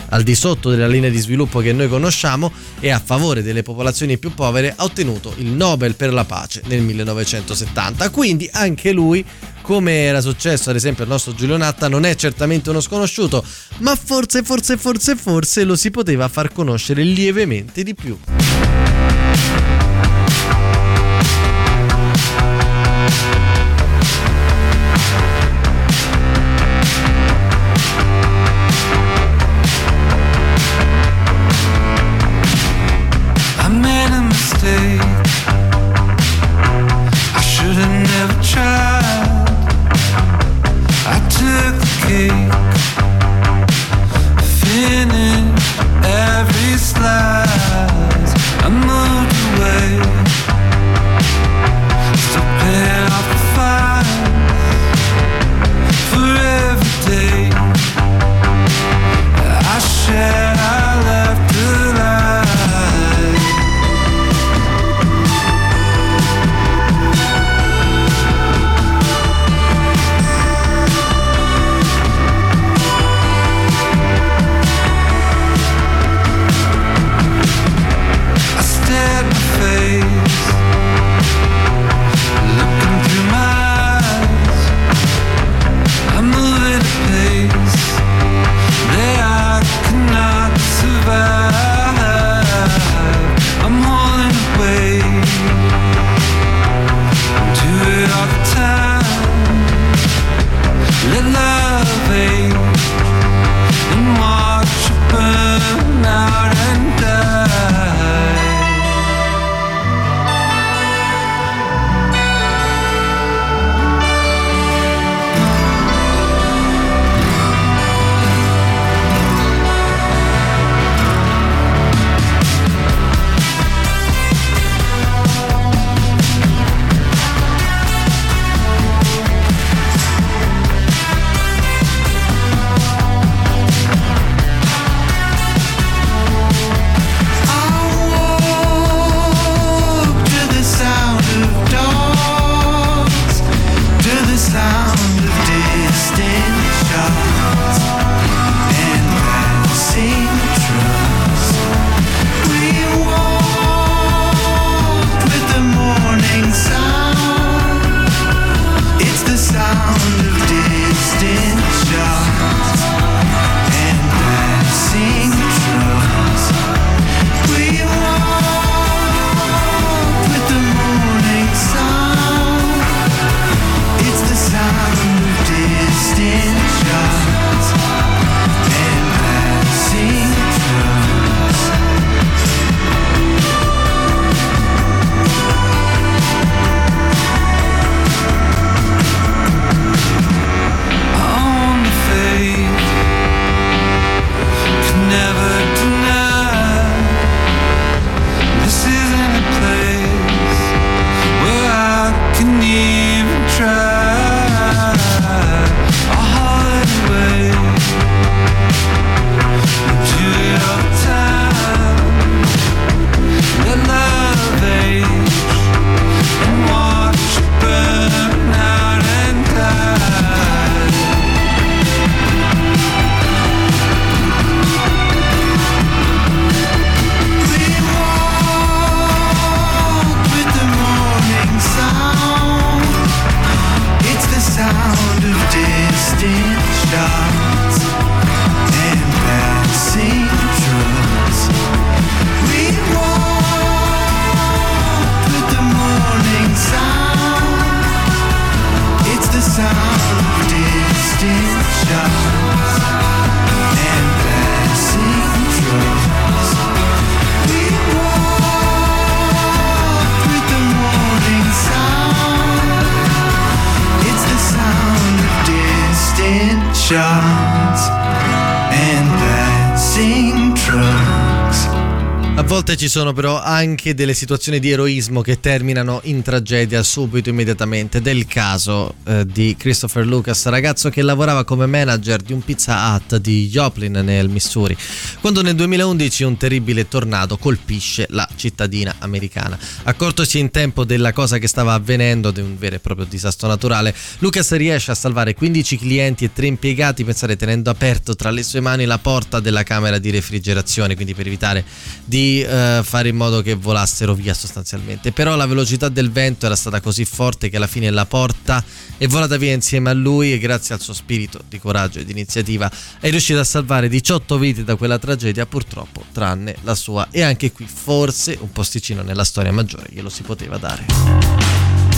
al di sotto della linea di sviluppo che noi conosciamo e a favore delle popolazioni più povere, ha ottenuto il Nobel per la pace nel millenovecentosettanta. Quindi anche lui, come era successo ad esempio al nostro Giulio Natta, non è certamente uno sconosciuto, ma forse, forse, forse, forse lo si poteva far conoscere lievemente di più. I made a mistake. I should have never tried. I took the cake, finished every slice. I moved away, still paying off the fines for every day I shared. I left alive. volte ci sono però anche delle situazioni di eroismo che terminano in tragedia subito, immediatamente. Del caso eh, di Christopher Lucas, ragazzo che lavorava come manager di un Pizza Hut di Joplin nel Missouri, quando nel duemilaundici un terribile tornado colpisce la cittadina americana. Accortosi in tempo della cosa che stava avvenendo, di un vero e proprio disastro naturale, Lucas riesce a salvare quindici clienti e tre impiegati, pensate, tenendo aperto tra le sue mani la porta della camera di refrigerazione, quindi per evitare di Uh, fare in modo che volassero via sostanzialmente. Però la velocità del vento era stata così forte che alla fine la porta è volata via insieme a lui, e grazie al suo spirito di coraggio e di iniziativa è riuscito a salvare diciotto vite da quella tragedia, purtroppo tranne la sua. E anche qui forse un posticino nella storia maggiore glielo si poteva dare.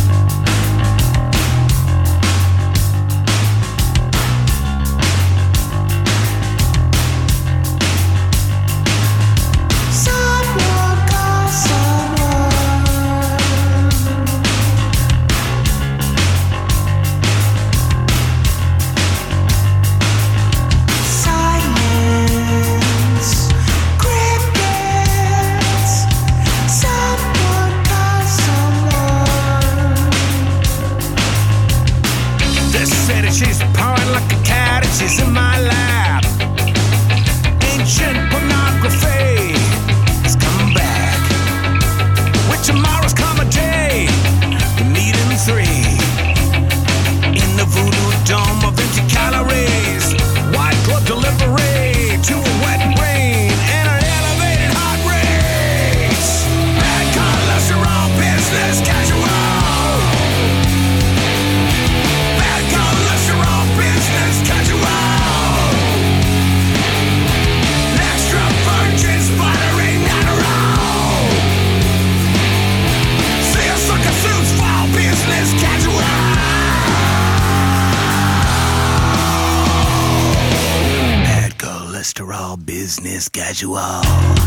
Business casual.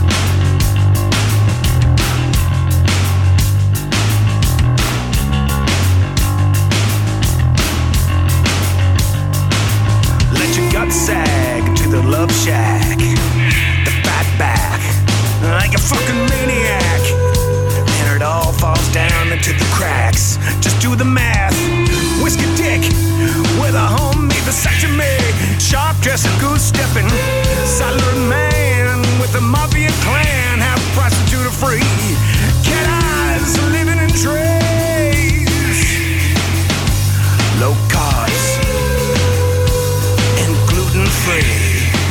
Let your guts sag to the love shack. The fat back, like a fucking maniac. And it all falls down into the cracks. Just do the math. Whiskey dick with a homemade vasectomy. Sharp dressing, goose stepping. Solid man with a mafia clan. Half prostitute or free. Cat eyes living in trays. Low carbs and gluten free.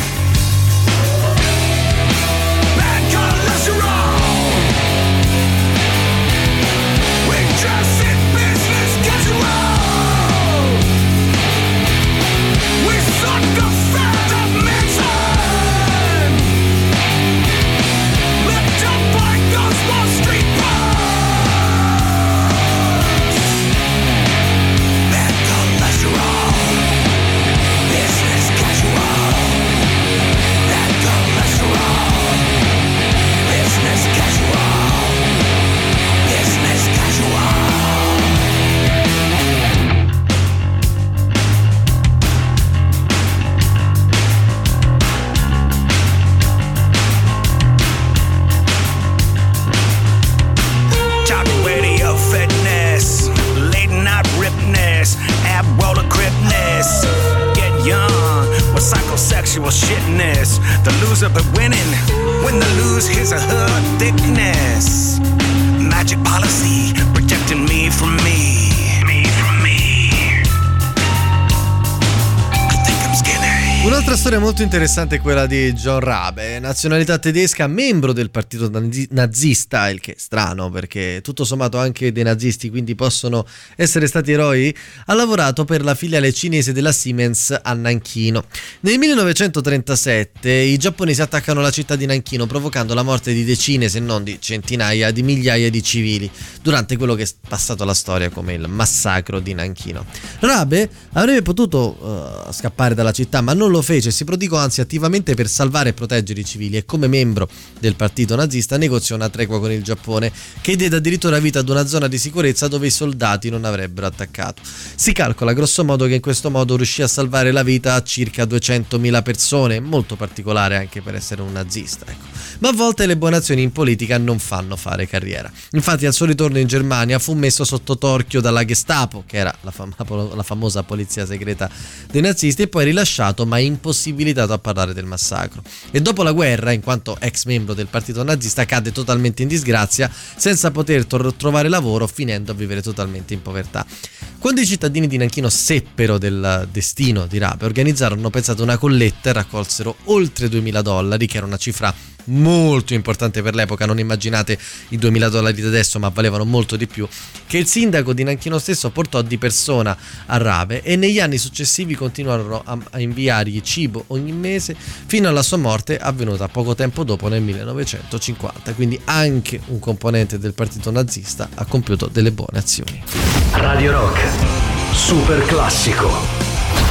Bad cholesterol. We dress in business casual. We suck the fat of medicine. Lift up like those Wall Street bars. Bad cholesterol. Business casual. Bad cholesterol. Business casual. Business casual. Talk radio fitness, late night ripness, ab roller gripness. Get young with psychosexual shitness. The loser but winning when the lose his or her thickness. Magic policy protecting me from me. Me from me. I think I'm skinny. Un'altra storia molto interessante è quella di John Rabe, nazionalità tedesca, membro del partito nazi- nazista, il che è strano perché tutto sommato anche dei nazisti quindi possono essere stati eroi. Ha lavorato per la filiale cinese della Siemens a Nanchino. Nel millenovecentotrentasette i giapponesi attaccano la città di Nanchino, provocando la morte di decine se non di centinaia di migliaia di civili durante quello che è passato alla storia come il massacro di Nanchino. Rabe avrebbe potuto uh, scappare dalla città, ma non lo fece, fece, si prodigò anzi attivamente per salvare e proteggere i civili e come membro del partito nazista negoziò una tregua con il Giappone che diede addirittura vita ad una zona di sicurezza dove i soldati non avrebbero attaccato. Si calcola grosso modo che in questo modo riuscì a salvare la vita a circa duecentomila persone, molto particolare anche per essere un nazista, ecco. Ma a volte le buone azioni in politica non fanno fare carriera. Infatti al suo ritorno in Germania fu messo sotto torchio dalla Gestapo, che era la, fam- la famosa polizia segreta dei nazisti, e poi rilasciato ma impossibilitato a parlare del massacro. E dopo la guerra, in quanto ex membro del partito nazista, cadde totalmente in disgrazia senza poter tor- trovare lavoro, finendo a vivere totalmente in povertà. Quando i cittadini di Nanchino seppero del destino di Rape, organizzarono, pensate, una colletta e raccolsero oltre duemila dollari, che era una cifra molto importante per l'epoca. Non immaginate i duemila dollari di adesso, ma valevano molto di più, che il sindaco di Nanchino stesso portò di persona a Rape, e negli anni successivi continuarono a, a inviargli cibo ogni mese fino alla sua morte avvenuta poco tempo dopo, nel millenovecentocinquanta. Quindi anche un componente del partito nazista ha compiuto delle buone azioni. Radio Rock, super classico.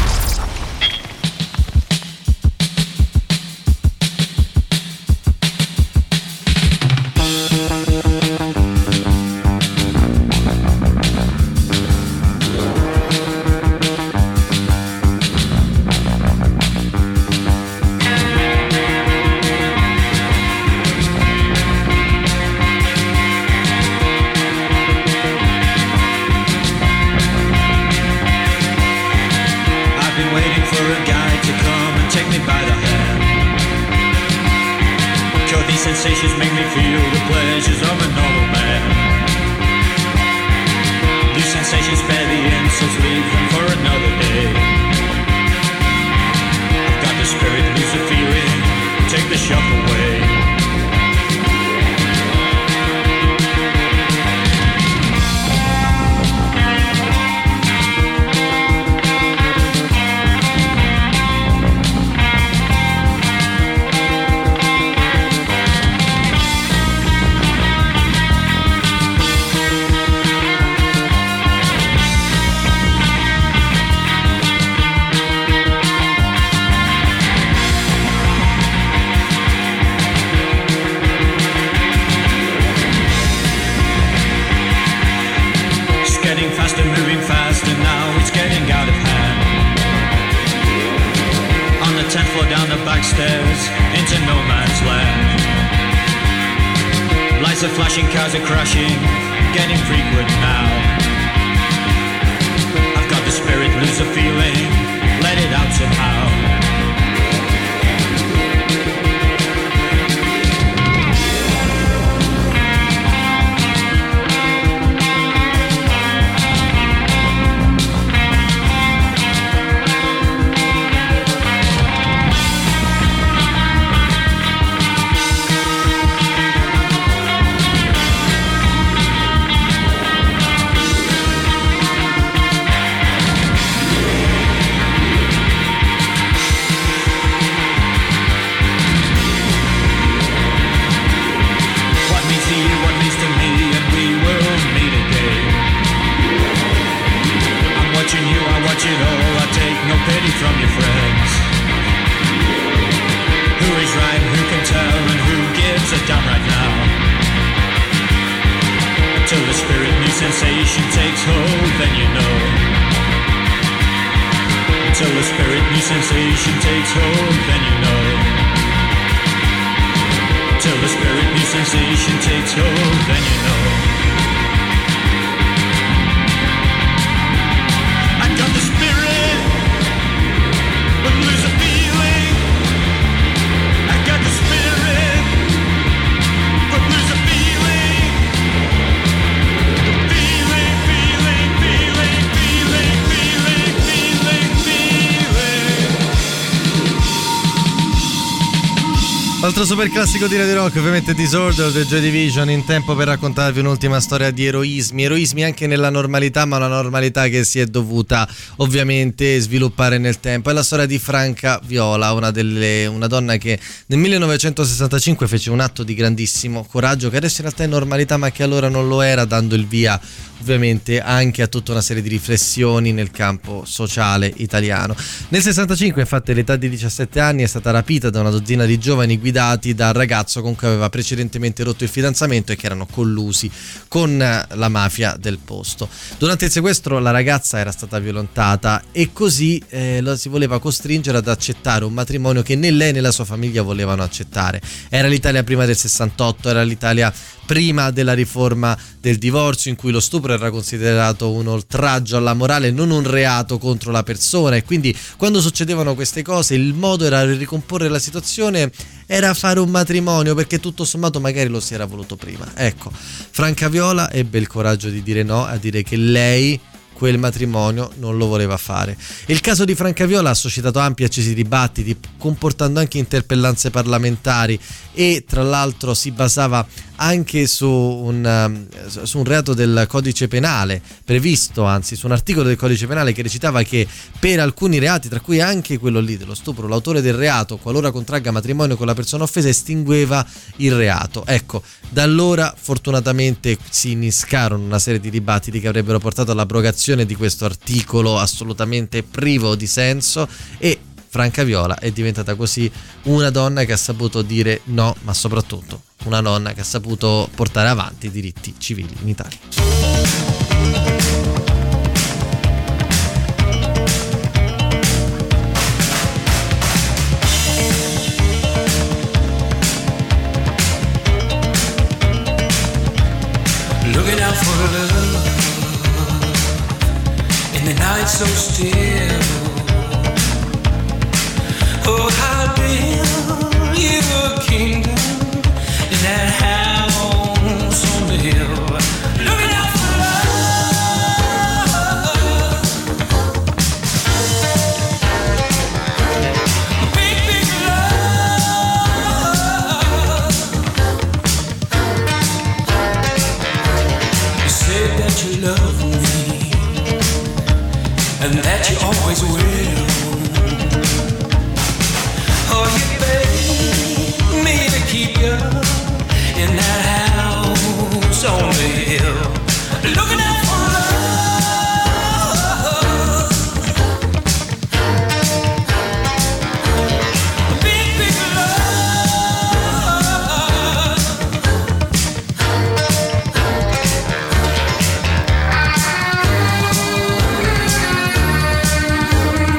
Sensations make me feel the pleasures of a normal man. These sensations spare the insults, leave them for another day. I've got the spirit, lose the feeling, take the shock away. Stairs into no man's land. Lights are flashing, cars are crashing, getting frequent now. I've got the spirit, lose the feeling, let it out somehow. Sensation takes hold, then you know. Until the spirit new sensation takes hold, then you know. Until the spirit new sensation takes hold, then you know. I got the spirit, but lose the feeling. I got the spirit, but lose the feeling. Altro super classico di Radio Rock, ovviamente Disorder del Joy Division, in tempo per raccontarvi un'ultima storia di eroismi, eroismi anche nella normalità, ma una normalità che si è dovuta ovviamente sviluppare nel tempo. È la storia di Franca Viola, una, delle, una donna che nel millenovecentosessantacinque fece un atto di grandissimo coraggio, che adesso in realtà è normalità ma che allora non lo era, dando il via ovviamente anche a tutta una serie di riflessioni nel campo sociale italiano. Nel sessantacinque, infatti, all'età di diciassette anni è stata rapita da una dozzina di giovani guidati dal ragazzo con cui aveva precedentemente rotto il fidanzamento e che erano collusi con la mafia del posto. Durante il sequestro la ragazza era stata violentata e così eh, la si voleva costringere ad accettare un matrimonio che né lei né la sua famiglia volevano accettare. Era l'Italia prima del sessantotto, era l'Italia prima della riforma del divorzio, in cui lo stupro era considerato un oltraggio alla morale, non un reato contro la persona, e quindi quando succedevano queste cose il modo era ricomporre la situazione, era fare un matrimonio, perché tutto sommato magari lo si era voluto prima. Ecco, Franca Viola ebbe il coraggio di dire no, a dire che lei quel matrimonio non lo voleva fare. Il caso di Franca Viola ha suscitato ampi e accesi dibattiti, comportando anche interpellanze parlamentari, e tra l'altro si basava anche su un, su un reato del codice penale previsto, anzi su un articolo del codice penale che recitava che per alcuni reati, tra cui anche quello lì dello stupro, l'autore del reato, qualora contragga matrimonio con la persona offesa, estingueva il reato. Ecco, da allora fortunatamente si innescarono una serie di dibattiti che avrebbero portato all'abrogazione di questo articolo assolutamente privo di senso, e Franca Viola è diventata così una donna che ha saputo dire no, ma soprattutto una donna che ha saputo portare avanti i diritti civili in Italia. Looking out for love in the night so still. Oh, how build you a kingdom in that house on the hill. Looking out for love, big, big love. You said that you love me and that you always will. Oh, you beg me to keep you in that house on the hill. Looking out for love, big, big love.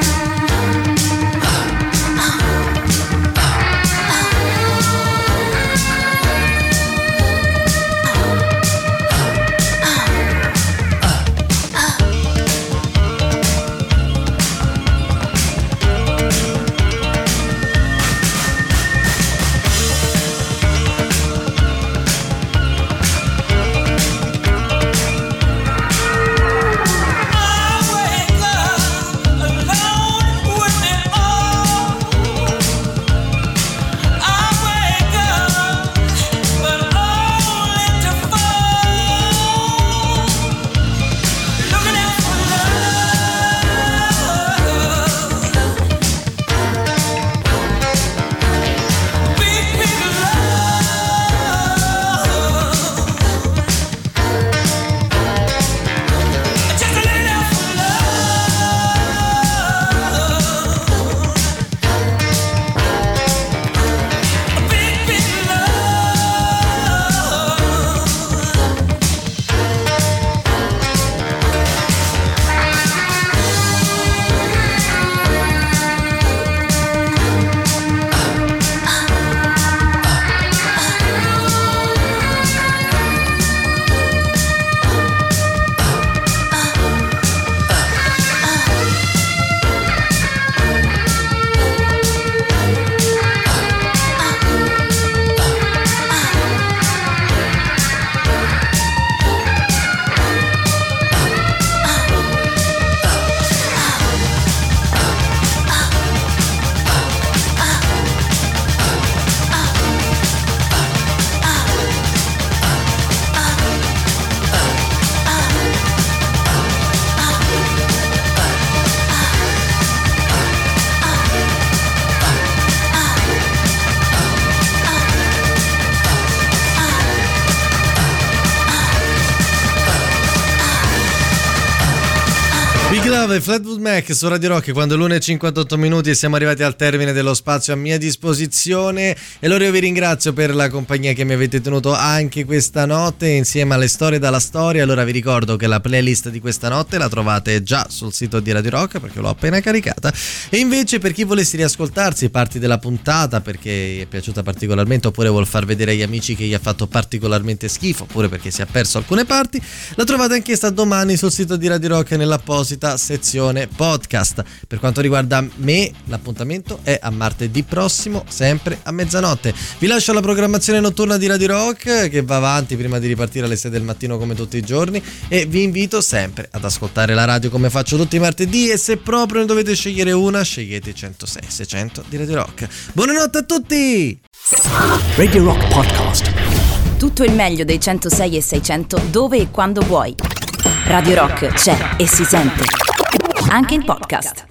Love e Fleetwood Mac su Radio Rock quando è l'una e cinquantotto minuti e siamo arrivati al termine dello spazio a mia disposizione, e allora io vi ringrazio per la compagnia che mi avete tenuto anche questa notte insieme alle storie dalla storia. Allora vi ricordo che la playlist di questa notte la trovate già sul sito di Radio Rock perché l'ho appena caricata, e invece per chi volesse riascoltarsi parti della puntata perché gli è piaciuta particolarmente oppure vuol far vedere agli amici che gli ha fatto particolarmente schifo oppure perché si è perso alcune parti, la trovate anch'essa domani sul sito di Radio Rock nell'apposita sezione podcast. Per quanto riguarda me, l'appuntamento è a martedì prossimo, sempre a mezzanotte. Vi lascio la programmazione notturna di Radio Rock che va avanti prima di ripartire alle sei del mattino come tutti i giorni, e vi invito sempre ad ascoltare la radio come faccio tutti i martedì, e se proprio ne dovete scegliere una, scegliete centosei seicento di Radio Rock. Buonanotte a tutti! Radio Rock Podcast. Tutto il meglio dei centosei e seicento dove e quando vuoi. Radio Rock c'è e si sente. Anche in podcast.